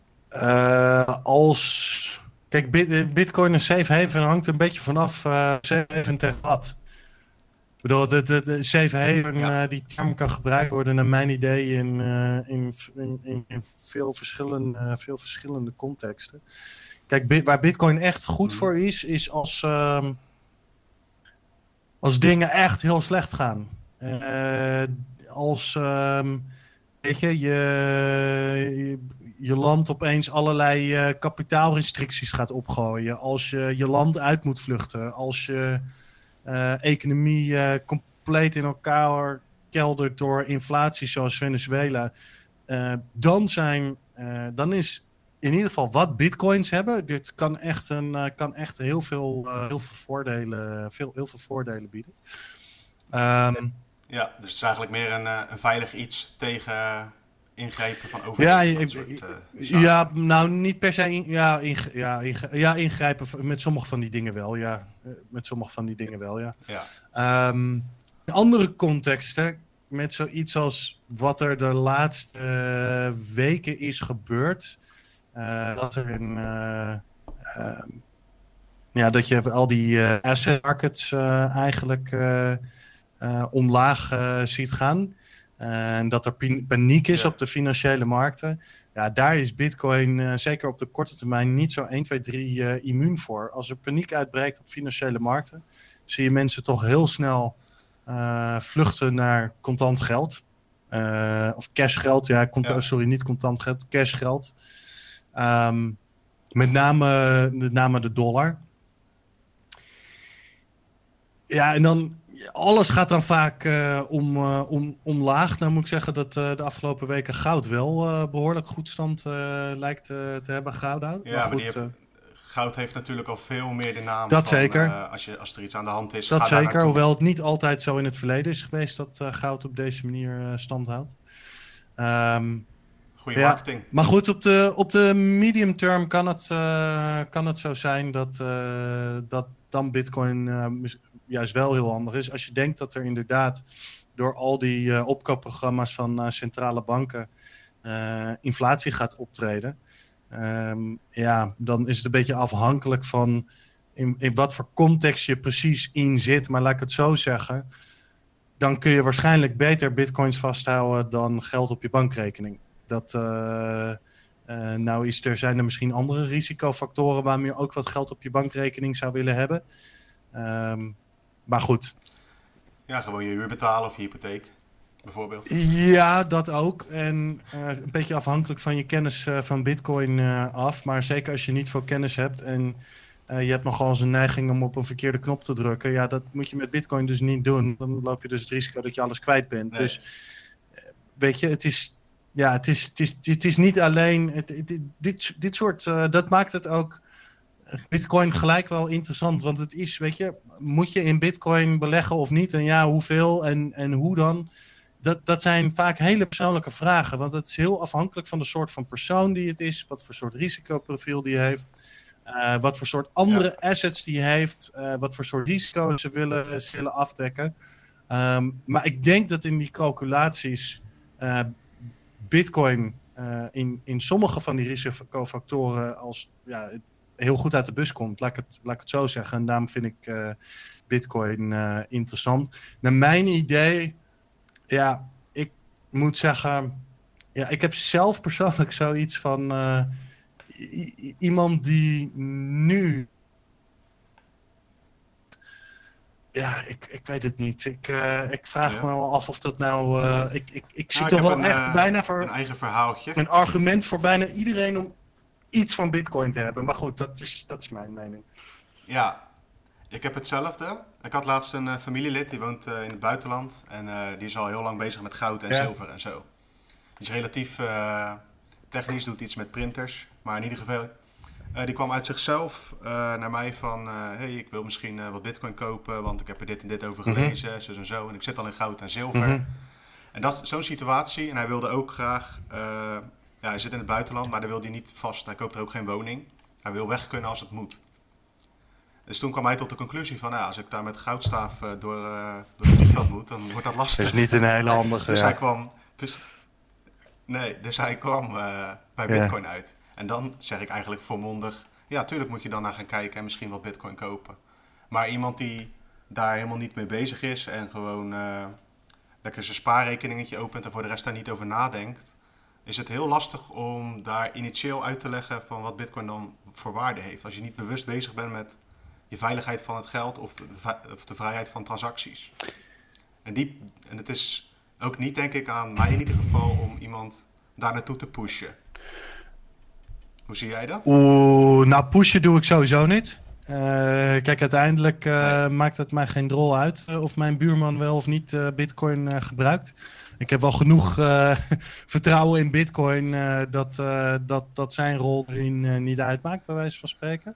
Kijk, Bitcoin en safe haven hangt een beetje vanaf safe haven tegen wat. Ik bedoel, de safe haven, die term kan gebruikt worden naar mijn idee in veel verschillende contexten. Kijk, waar Bitcoin echt goed voor is als dingen echt heel slecht gaan. Weet je land opeens allerlei kapitaalrestricties gaat opgooien. Als je land uit moet vluchten. Als je economie compleet in elkaar keldert door inflatie zoals Venezuela, dan is in ieder geval wat bitcoins hebben. Dit kan echt heel veel voordelen bieden. Ja, dus het is eigenlijk meer een veilig iets tegen ingrepen van overheden. Ja, nou niet per se ingrijpen met sommige van die dingen wel. Ja, met sommige van die dingen wel, ja. In andere contexten, met zoiets als wat er de laatste weken is gebeurd, dat je al die asset markets eigenlijk omlaag ziet gaan. En dat er paniek is op de financiële markten. Ja, daar is Bitcoin zeker op de korte termijn niet zo 1, 2, 3 immuun voor. Als er paniek uitbreekt op financiële markten, zie je mensen toch heel snel vluchten naar contant geld. Of cashgeld. Ja, sorry, niet contant geld, cashgeld. Met name de dollar. Ja, en dan alles gaat dan vaak omlaag. Nou moet ik zeggen dat de afgelopen weken goud wel behoorlijk goed stand lijkt te hebben gehouden. Ja, maar goed, goud heeft natuurlijk al veel meer de naam dat van, zeker. Als er iets aan de hand is. Dat zeker, hoewel het niet altijd zo in het verleden is geweest dat goud op deze manier stand houdt. Goeie marketing. Ja, maar goed, op de medium term kan het zo zijn dat dan Bitcoin juist wel heel handig is. Als je denkt dat er inderdaad door al die opkoopprogramma's van centrale banken inflatie gaat optreden. Dan is het een beetje afhankelijk van in wat voor context je precies in zit. Maar laat ik het zo zeggen, dan kun je waarschijnlijk beter bitcoins vasthouden dan geld op je bankrekening. Zijn er misschien andere risicofactoren waarom je ook wat geld op je bankrekening zou willen hebben. Maar goed. Ja, gewoon je huur betalen of je hypotheek, bijvoorbeeld. Ja, dat ook. En een beetje afhankelijk van je kennis van Bitcoin af. Maar zeker als je niet veel kennis hebt en je hebt nogal eens een neiging om op een verkeerde knop te drukken. Ja, dat moet je met Bitcoin dus niet doen. Dan loop je dus het risico dat je alles kwijt bent. Nee. Dus weet je, het is niet alleen dit soort. Dat maakt het ook Bitcoin gelijk wel interessant. Want het is, weet je, moet je in Bitcoin beleggen of niet? En ja, hoeveel en hoe dan? Dat zijn vaak hele persoonlijke vragen. Want het is heel afhankelijk van de soort van persoon die het is. Wat voor soort risicoprofiel die heeft. Wat voor soort andere assets die heeft. Wat voor soort risico's ze willen afdekken. Maar ik denk dat in die calculaties Bitcoin in sommige van die risicofactoren heel goed uit de bus komt. Laat ik het zo zeggen. En daarom vind ik Bitcoin interessant. Naar mijn idee, ja, ik moet zeggen, ja, ik heb zelf persoonlijk zoiets van iemand die nu. Ja, ik weet het niet. Ik vraag me wel af of dat nou. Ik zie toch wel echt bijna voor een eigen verhaaltje. Een argument voor bijna iedereen om iets van Bitcoin te hebben. Maar goed, dat is mijn mening. Ja, ik heb hetzelfde. Ik had laatst een familielid die woont in het buitenland. En die is al heel lang bezig met goud en zilver en zo. Die is relatief technisch, doet iets met printers. Maar in ieder geval, die kwam uit zichzelf naar mij van... hey, ik wil misschien wat Bitcoin kopen, want ik heb er dit en dit over gelezen. Zo en zo. En ik zit al in goud en zilver. En dat is zo'n situatie. En hij wilde ook graag... hij zit in het buitenland, maar daar wil hij niet vast. Hij koopt er ook geen woning. Hij wil weg kunnen als het moet. Dus toen kwam hij tot de conclusie van... als ik daar met goudstaaf door het vliegveld moet, dan wordt dat lastig. Dat is niet een hele handige... Dus hij kwam bij Bitcoin uit. En dan zeg ik eigenlijk volmondig... Ja, tuurlijk moet je dan naar gaan kijken en misschien wat Bitcoin kopen. Maar iemand die daar helemaal niet mee bezig is... en gewoon lekker zijn spaarrekeningetje opent... en voor de rest daar niet over nadenkt... is het heel lastig om daar initieel uit te leggen... van wat Bitcoin dan voor waarde heeft. Als je niet bewust bezig bent met je veiligheid van het geld... of de vrijheid van transacties. En het is ook niet, denk ik, aan mij in ieder geval... om iemand daar naartoe te pushen. Hoe zie jij dat? Nou pushen doe ik sowieso niet. Kijk, uiteindelijk maakt het mij geen drol uit of mijn buurman wel of niet Bitcoin gebruikt. Ik heb wel genoeg vertrouwen in Bitcoin dat zijn rol erin niet uitmaakt, bij wijze van spreken.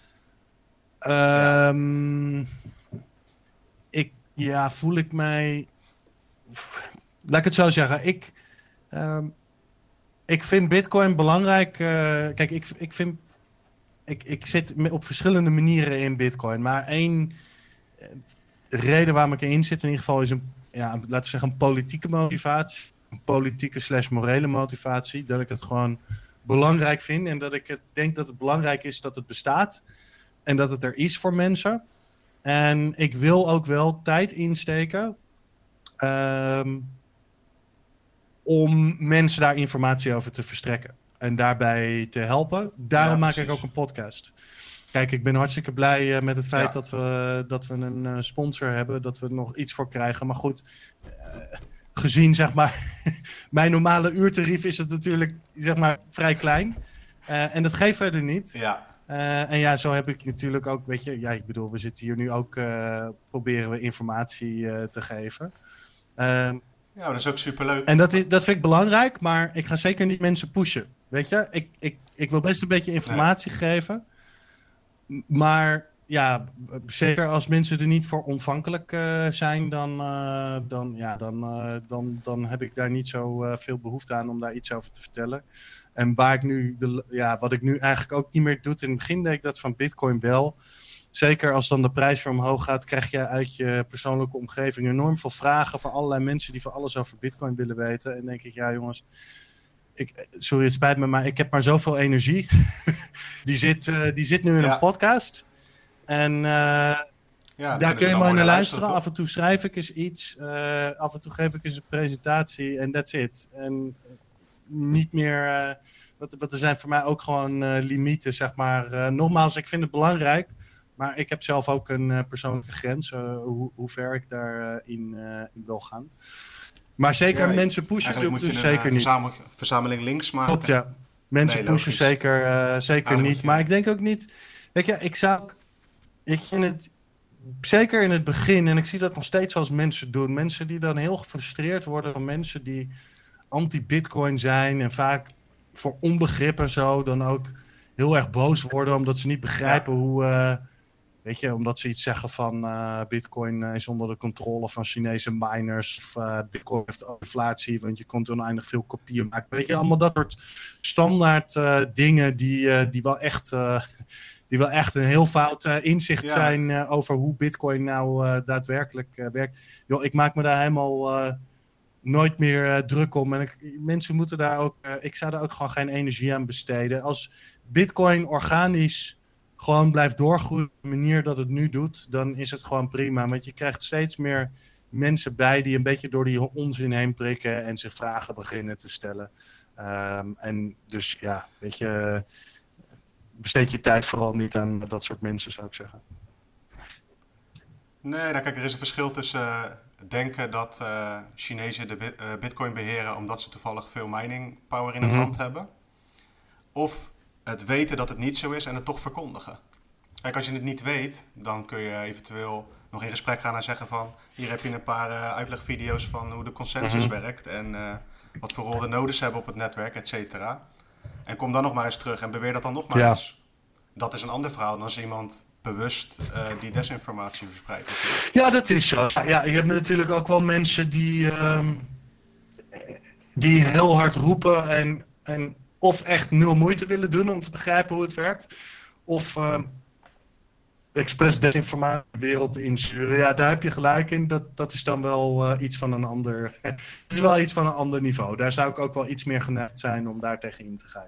Voel ik mij... Laat ik het zo zeggen. Ik vind Bitcoin belangrijk. Kijk, ik zit op verschillende manieren in Bitcoin. Maar één reden waarom ik erin zit in ieder geval is laten we zeggen, een politieke motivatie. Een politieke / morele motivatie. Dat ik het gewoon belangrijk vind. En dat ik denk dat het belangrijk is dat het bestaat. En dat het er is voor mensen. En ik wil ook wel tijd insteken om mensen daar informatie over te verstrekken. En daarbij te helpen. Daarom maak ik ook een podcast. Kijk, ik ben hartstikke blij met het feit dat we een sponsor hebben. Dat we er nog iets voor krijgen. Maar goed, gezien zeg maar mijn normale uurtarief is het natuurlijk zeg maar vrij klein. En dat geeft verder niet. Ja. En zo heb ik natuurlijk ook, weet je, ik bedoel, we zitten hier nu ook, proberen we informatie te geven. Dat is ook superleuk. En dat vind ik belangrijk, maar ik ga zeker niet mensen pushen. Weet je, ik wil best een beetje informatie geven. Maar ja, zeker als mensen er niet voor ontvankelijk zijn, dan heb ik daar niet zo veel behoefte aan om daar iets over te vertellen. En wat ik nu eigenlijk ook niet meer doe, in het begin deed ik dat van Bitcoin wel. Zeker als dan de prijs weer omhoog gaat, krijg je uit je persoonlijke omgeving enorm veel vragen van allerlei mensen die van alles over Bitcoin willen weten. En denk ik, ja jongens, sorry, het spijt me, maar ik heb maar zoveel energie. die zit nu in een podcast. En daar kun je mooi naar luisteren. Af en toe schrijf ik eens iets. Af en toe geef ik eens een presentatie. En that's it. En niet meer... er zijn voor mij ook gewoon limieten, zeg maar. Nogmaals, ik vind het belangrijk. Maar ik heb zelf ook een persoonlijke grens. Hoe ver ik daarin wil gaan. Maar zeker mensen pushen doe ik dus zeker niet. Verzameling links maken. Klopt, ja. Mensen pushen zeker niet. Maar ik denk ook niet... Weet je, ik vind het... Zeker in het begin, en ik zie dat nog steeds als mensen doen. Mensen die dan heel gefrustreerd worden van mensen die anti-Bitcoin zijn. En vaak voor onbegrip en zo dan ook heel erg boos worden. Omdat ze niet begrijpen hoe... Weet je, omdat ze iets zeggen van Bitcoin is onder de controle van Chinese miners. Of Bitcoin heeft inflatie, want je kunt oneindig veel kopieën maken. Weet je, allemaal dat soort standaard dingen die wel echt een heel fout inzicht zijn over hoe Bitcoin nou daadwerkelijk werkt. Yo, ik maak me daar helemaal nooit meer druk om. En mensen moeten daar ook... ik zou daar ook gewoon geen energie aan besteden. Als Bitcoin organisch gewoon blijft doorgroeien op de manier dat het nu doet, dan is het gewoon prima. Want je krijgt steeds meer mensen bij die een beetje door die onzin heen prikken en zich vragen beginnen te stellen. En dus ja, weet je, besteed je tijd vooral niet aan dat soort mensen, zou ik zeggen. Nee, kijk, er is een verschil tussen denken dat Chinezen de Bitcoin beheren omdat ze toevallig veel mining power in het land hebben. Of het weten dat het niet zo is en het toch verkondigen. Kijk, als je het niet weet, dan kun je eventueel nog in gesprek gaan en zeggen van... Hier heb je een paar uitlegvideo's van hoe de consensus werkt en wat voor rol de nodes hebben op het netwerk, et cetera. En kom dan nog maar eens terug en beweer dat dan nog maar eens. Dat is een ander verhaal dan als iemand bewust die desinformatie verspreidt. Natuurlijk. Ja, dat is zo. Ja, je hebt natuurlijk ook wel mensen die heel hard roepen en of echt nul moeite willen doen om te begrijpen hoe het werkt. Of expres desinformatie de wereld insturen. Ja, daar heb je gelijk in. Dat is dan wel iets van een ander... Het is wel iets van een ander niveau. Daar zou ik ook wel iets meer geneigd zijn om daar tegen in te gaan.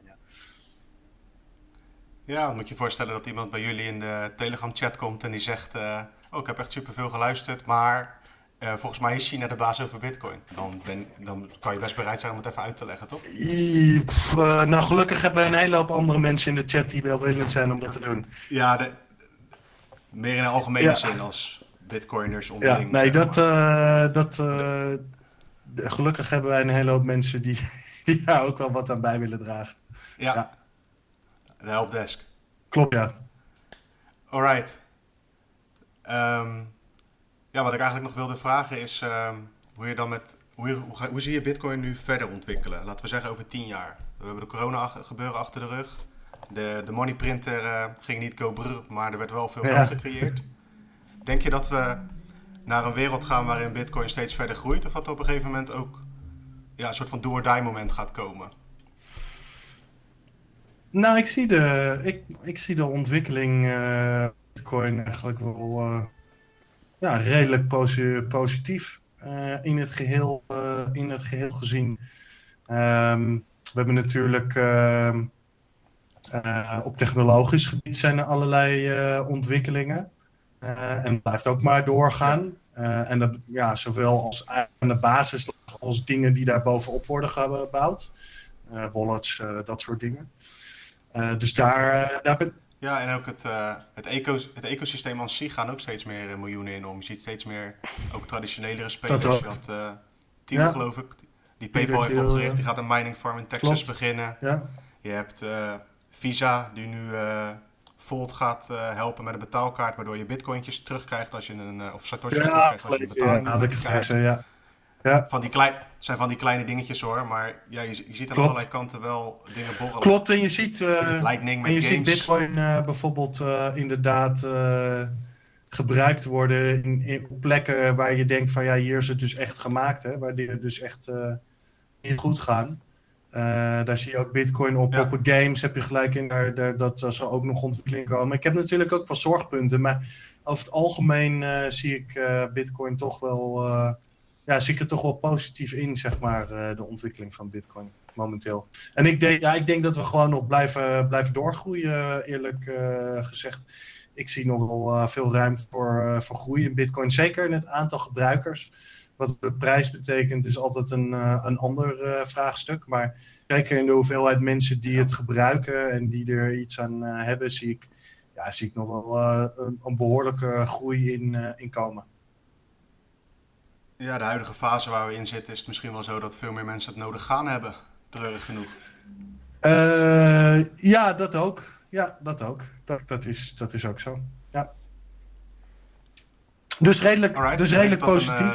Ja, dan moet je je voorstellen dat iemand bij jullie in de Telegram-chat komt en die zegt... ik heb echt superveel geluisterd, maar... volgens mij is China de baas over Bitcoin. Dan kan je best bereid zijn om het even uit te leggen, toch? Nou, gelukkig hebben we een hele hoop andere mensen in de chat die welwillend zijn om dat te doen. Ja, meer in een algemene zin als Bitcoiners onderling. Ja, nee, gelukkig hebben wij een hele hoop mensen die daar ook wel wat aan bij willen dragen. Ja. De helpdesk. Klopt, ja. Alright. Wat ik eigenlijk nog wilde vragen is hoe zie je Bitcoin nu verder ontwikkelen? Laten we zeggen over 10 jaar. We hebben de corona gebeuren achter de rug. De moneyprinter ging niet go brr, maar er werd wel veel geld gecreëerd. Denk je dat we naar een wereld gaan waarin Bitcoin steeds verder groeit? Of dat er op een gegeven moment ook een soort van do-or-die moment gaat komen? Nou, ik zie de ontwikkeling Bitcoin eigenlijk wel redelijk positief in het geheel gezien. We hebben natuurlijk op technologisch gebied zijn er allerlei ontwikkelingen. En dat blijft ook maar doorgaan. En dat, zowel als aan de basis als dingen die daar bovenop worden gebouwd. Wallets, dat soort dingen. Dus daar ben... Ja, en ook het ecosysteem aan zich gaan ook steeds meer miljoenen in om. Je ziet steeds meer ook traditionelere spelers. Je had Thiel, geloof ik, die PayPal heeft opgericht. Die gaat een mining farm in Texas beginnen. Ja. Je hebt Visa, die nu Volt gaat helpen met een betaalkaart, waardoor je bitcointjes terugkrijgt als je of satoshis terugkrijgt als je een betaling krijgt. Ja. Van die kleine dingetjes hoor, maar je ziet aan allerlei kanten wel dingen borrelen. Klopt, en je ziet, Lightning met games. Ziet Bitcoin bijvoorbeeld inderdaad gebruikt worden op plekken waar je denkt van hier is het dus echt gemaakt, hè, waar die dus echt niet goed gaan. Daar zie je ook Bitcoin op games, heb je gelijk in, dat zal ook nog ontwikkeling komen. Ik heb natuurlijk ook wel zorgpunten, maar over het algemeen zie ik Bitcoin toch wel... zie ik er toch wel positief in, zeg maar, de ontwikkeling van Bitcoin momenteel. En ik denk dat we gewoon nog blijven doorgroeien, eerlijk gezegd. Ik zie nog wel veel ruimte voor groei in Bitcoin. Zeker in het aantal gebruikers. Wat de prijs betekent is altijd een ander vraagstuk. Maar zeker in de hoeveelheid mensen die het gebruiken en die er iets aan hebben, zie ik nog wel een behoorlijke groei in komen. Ja, de huidige fase waar we in zitten is het misschien wel zo dat veel meer mensen het nodig gaan hebben. Treurig genoeg. Ja, dat ook. Ja, dat ook. Dat is ook zo. Ja. Dus redelijk, positief.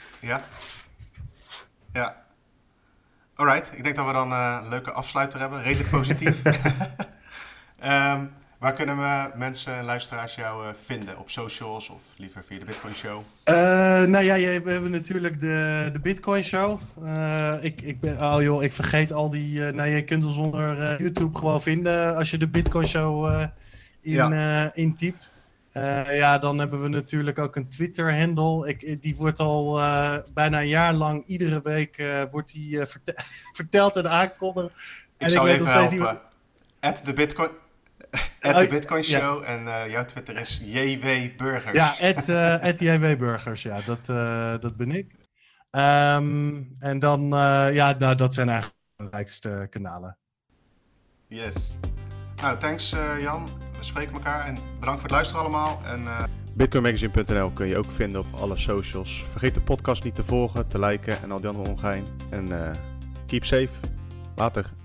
Ja. Alright, ik denk dat we dan een leuke afsluiter hebben. Redelijk positief. Waar kunnen we mensen en luisteraars jou vinden? Op socials of liever via de Bitcoin Show? We hebben natuurlijk de Bitcoin Show. Ik vergeet al die... je kunt ons onder YouTube gewoon vinden als je de Bitcoin Show intypt. Dan hebben we natuurlijk ook een Twitter-handle. Die wordt al bijna een jaar lang, iedere week wordt die verteld en aangekondigd. Ik zal je even helpen. @de Bitcoin Show en jouw Twitter is JW Burgers. Ja, @JW Burgers, ja, dat ben ik. En dan, dat zijn eigenlijk de belangrijkste kanalen. Yes. Nou, thanks Jan. We spreken elkaar en bedankt voor het luisteren allemaal. En bitcoinmagazine.nl kun je ook vinden op alle socials. Vergeet de podcast niet te volgen, te liken en al die andere ongein. En keep safe. Later.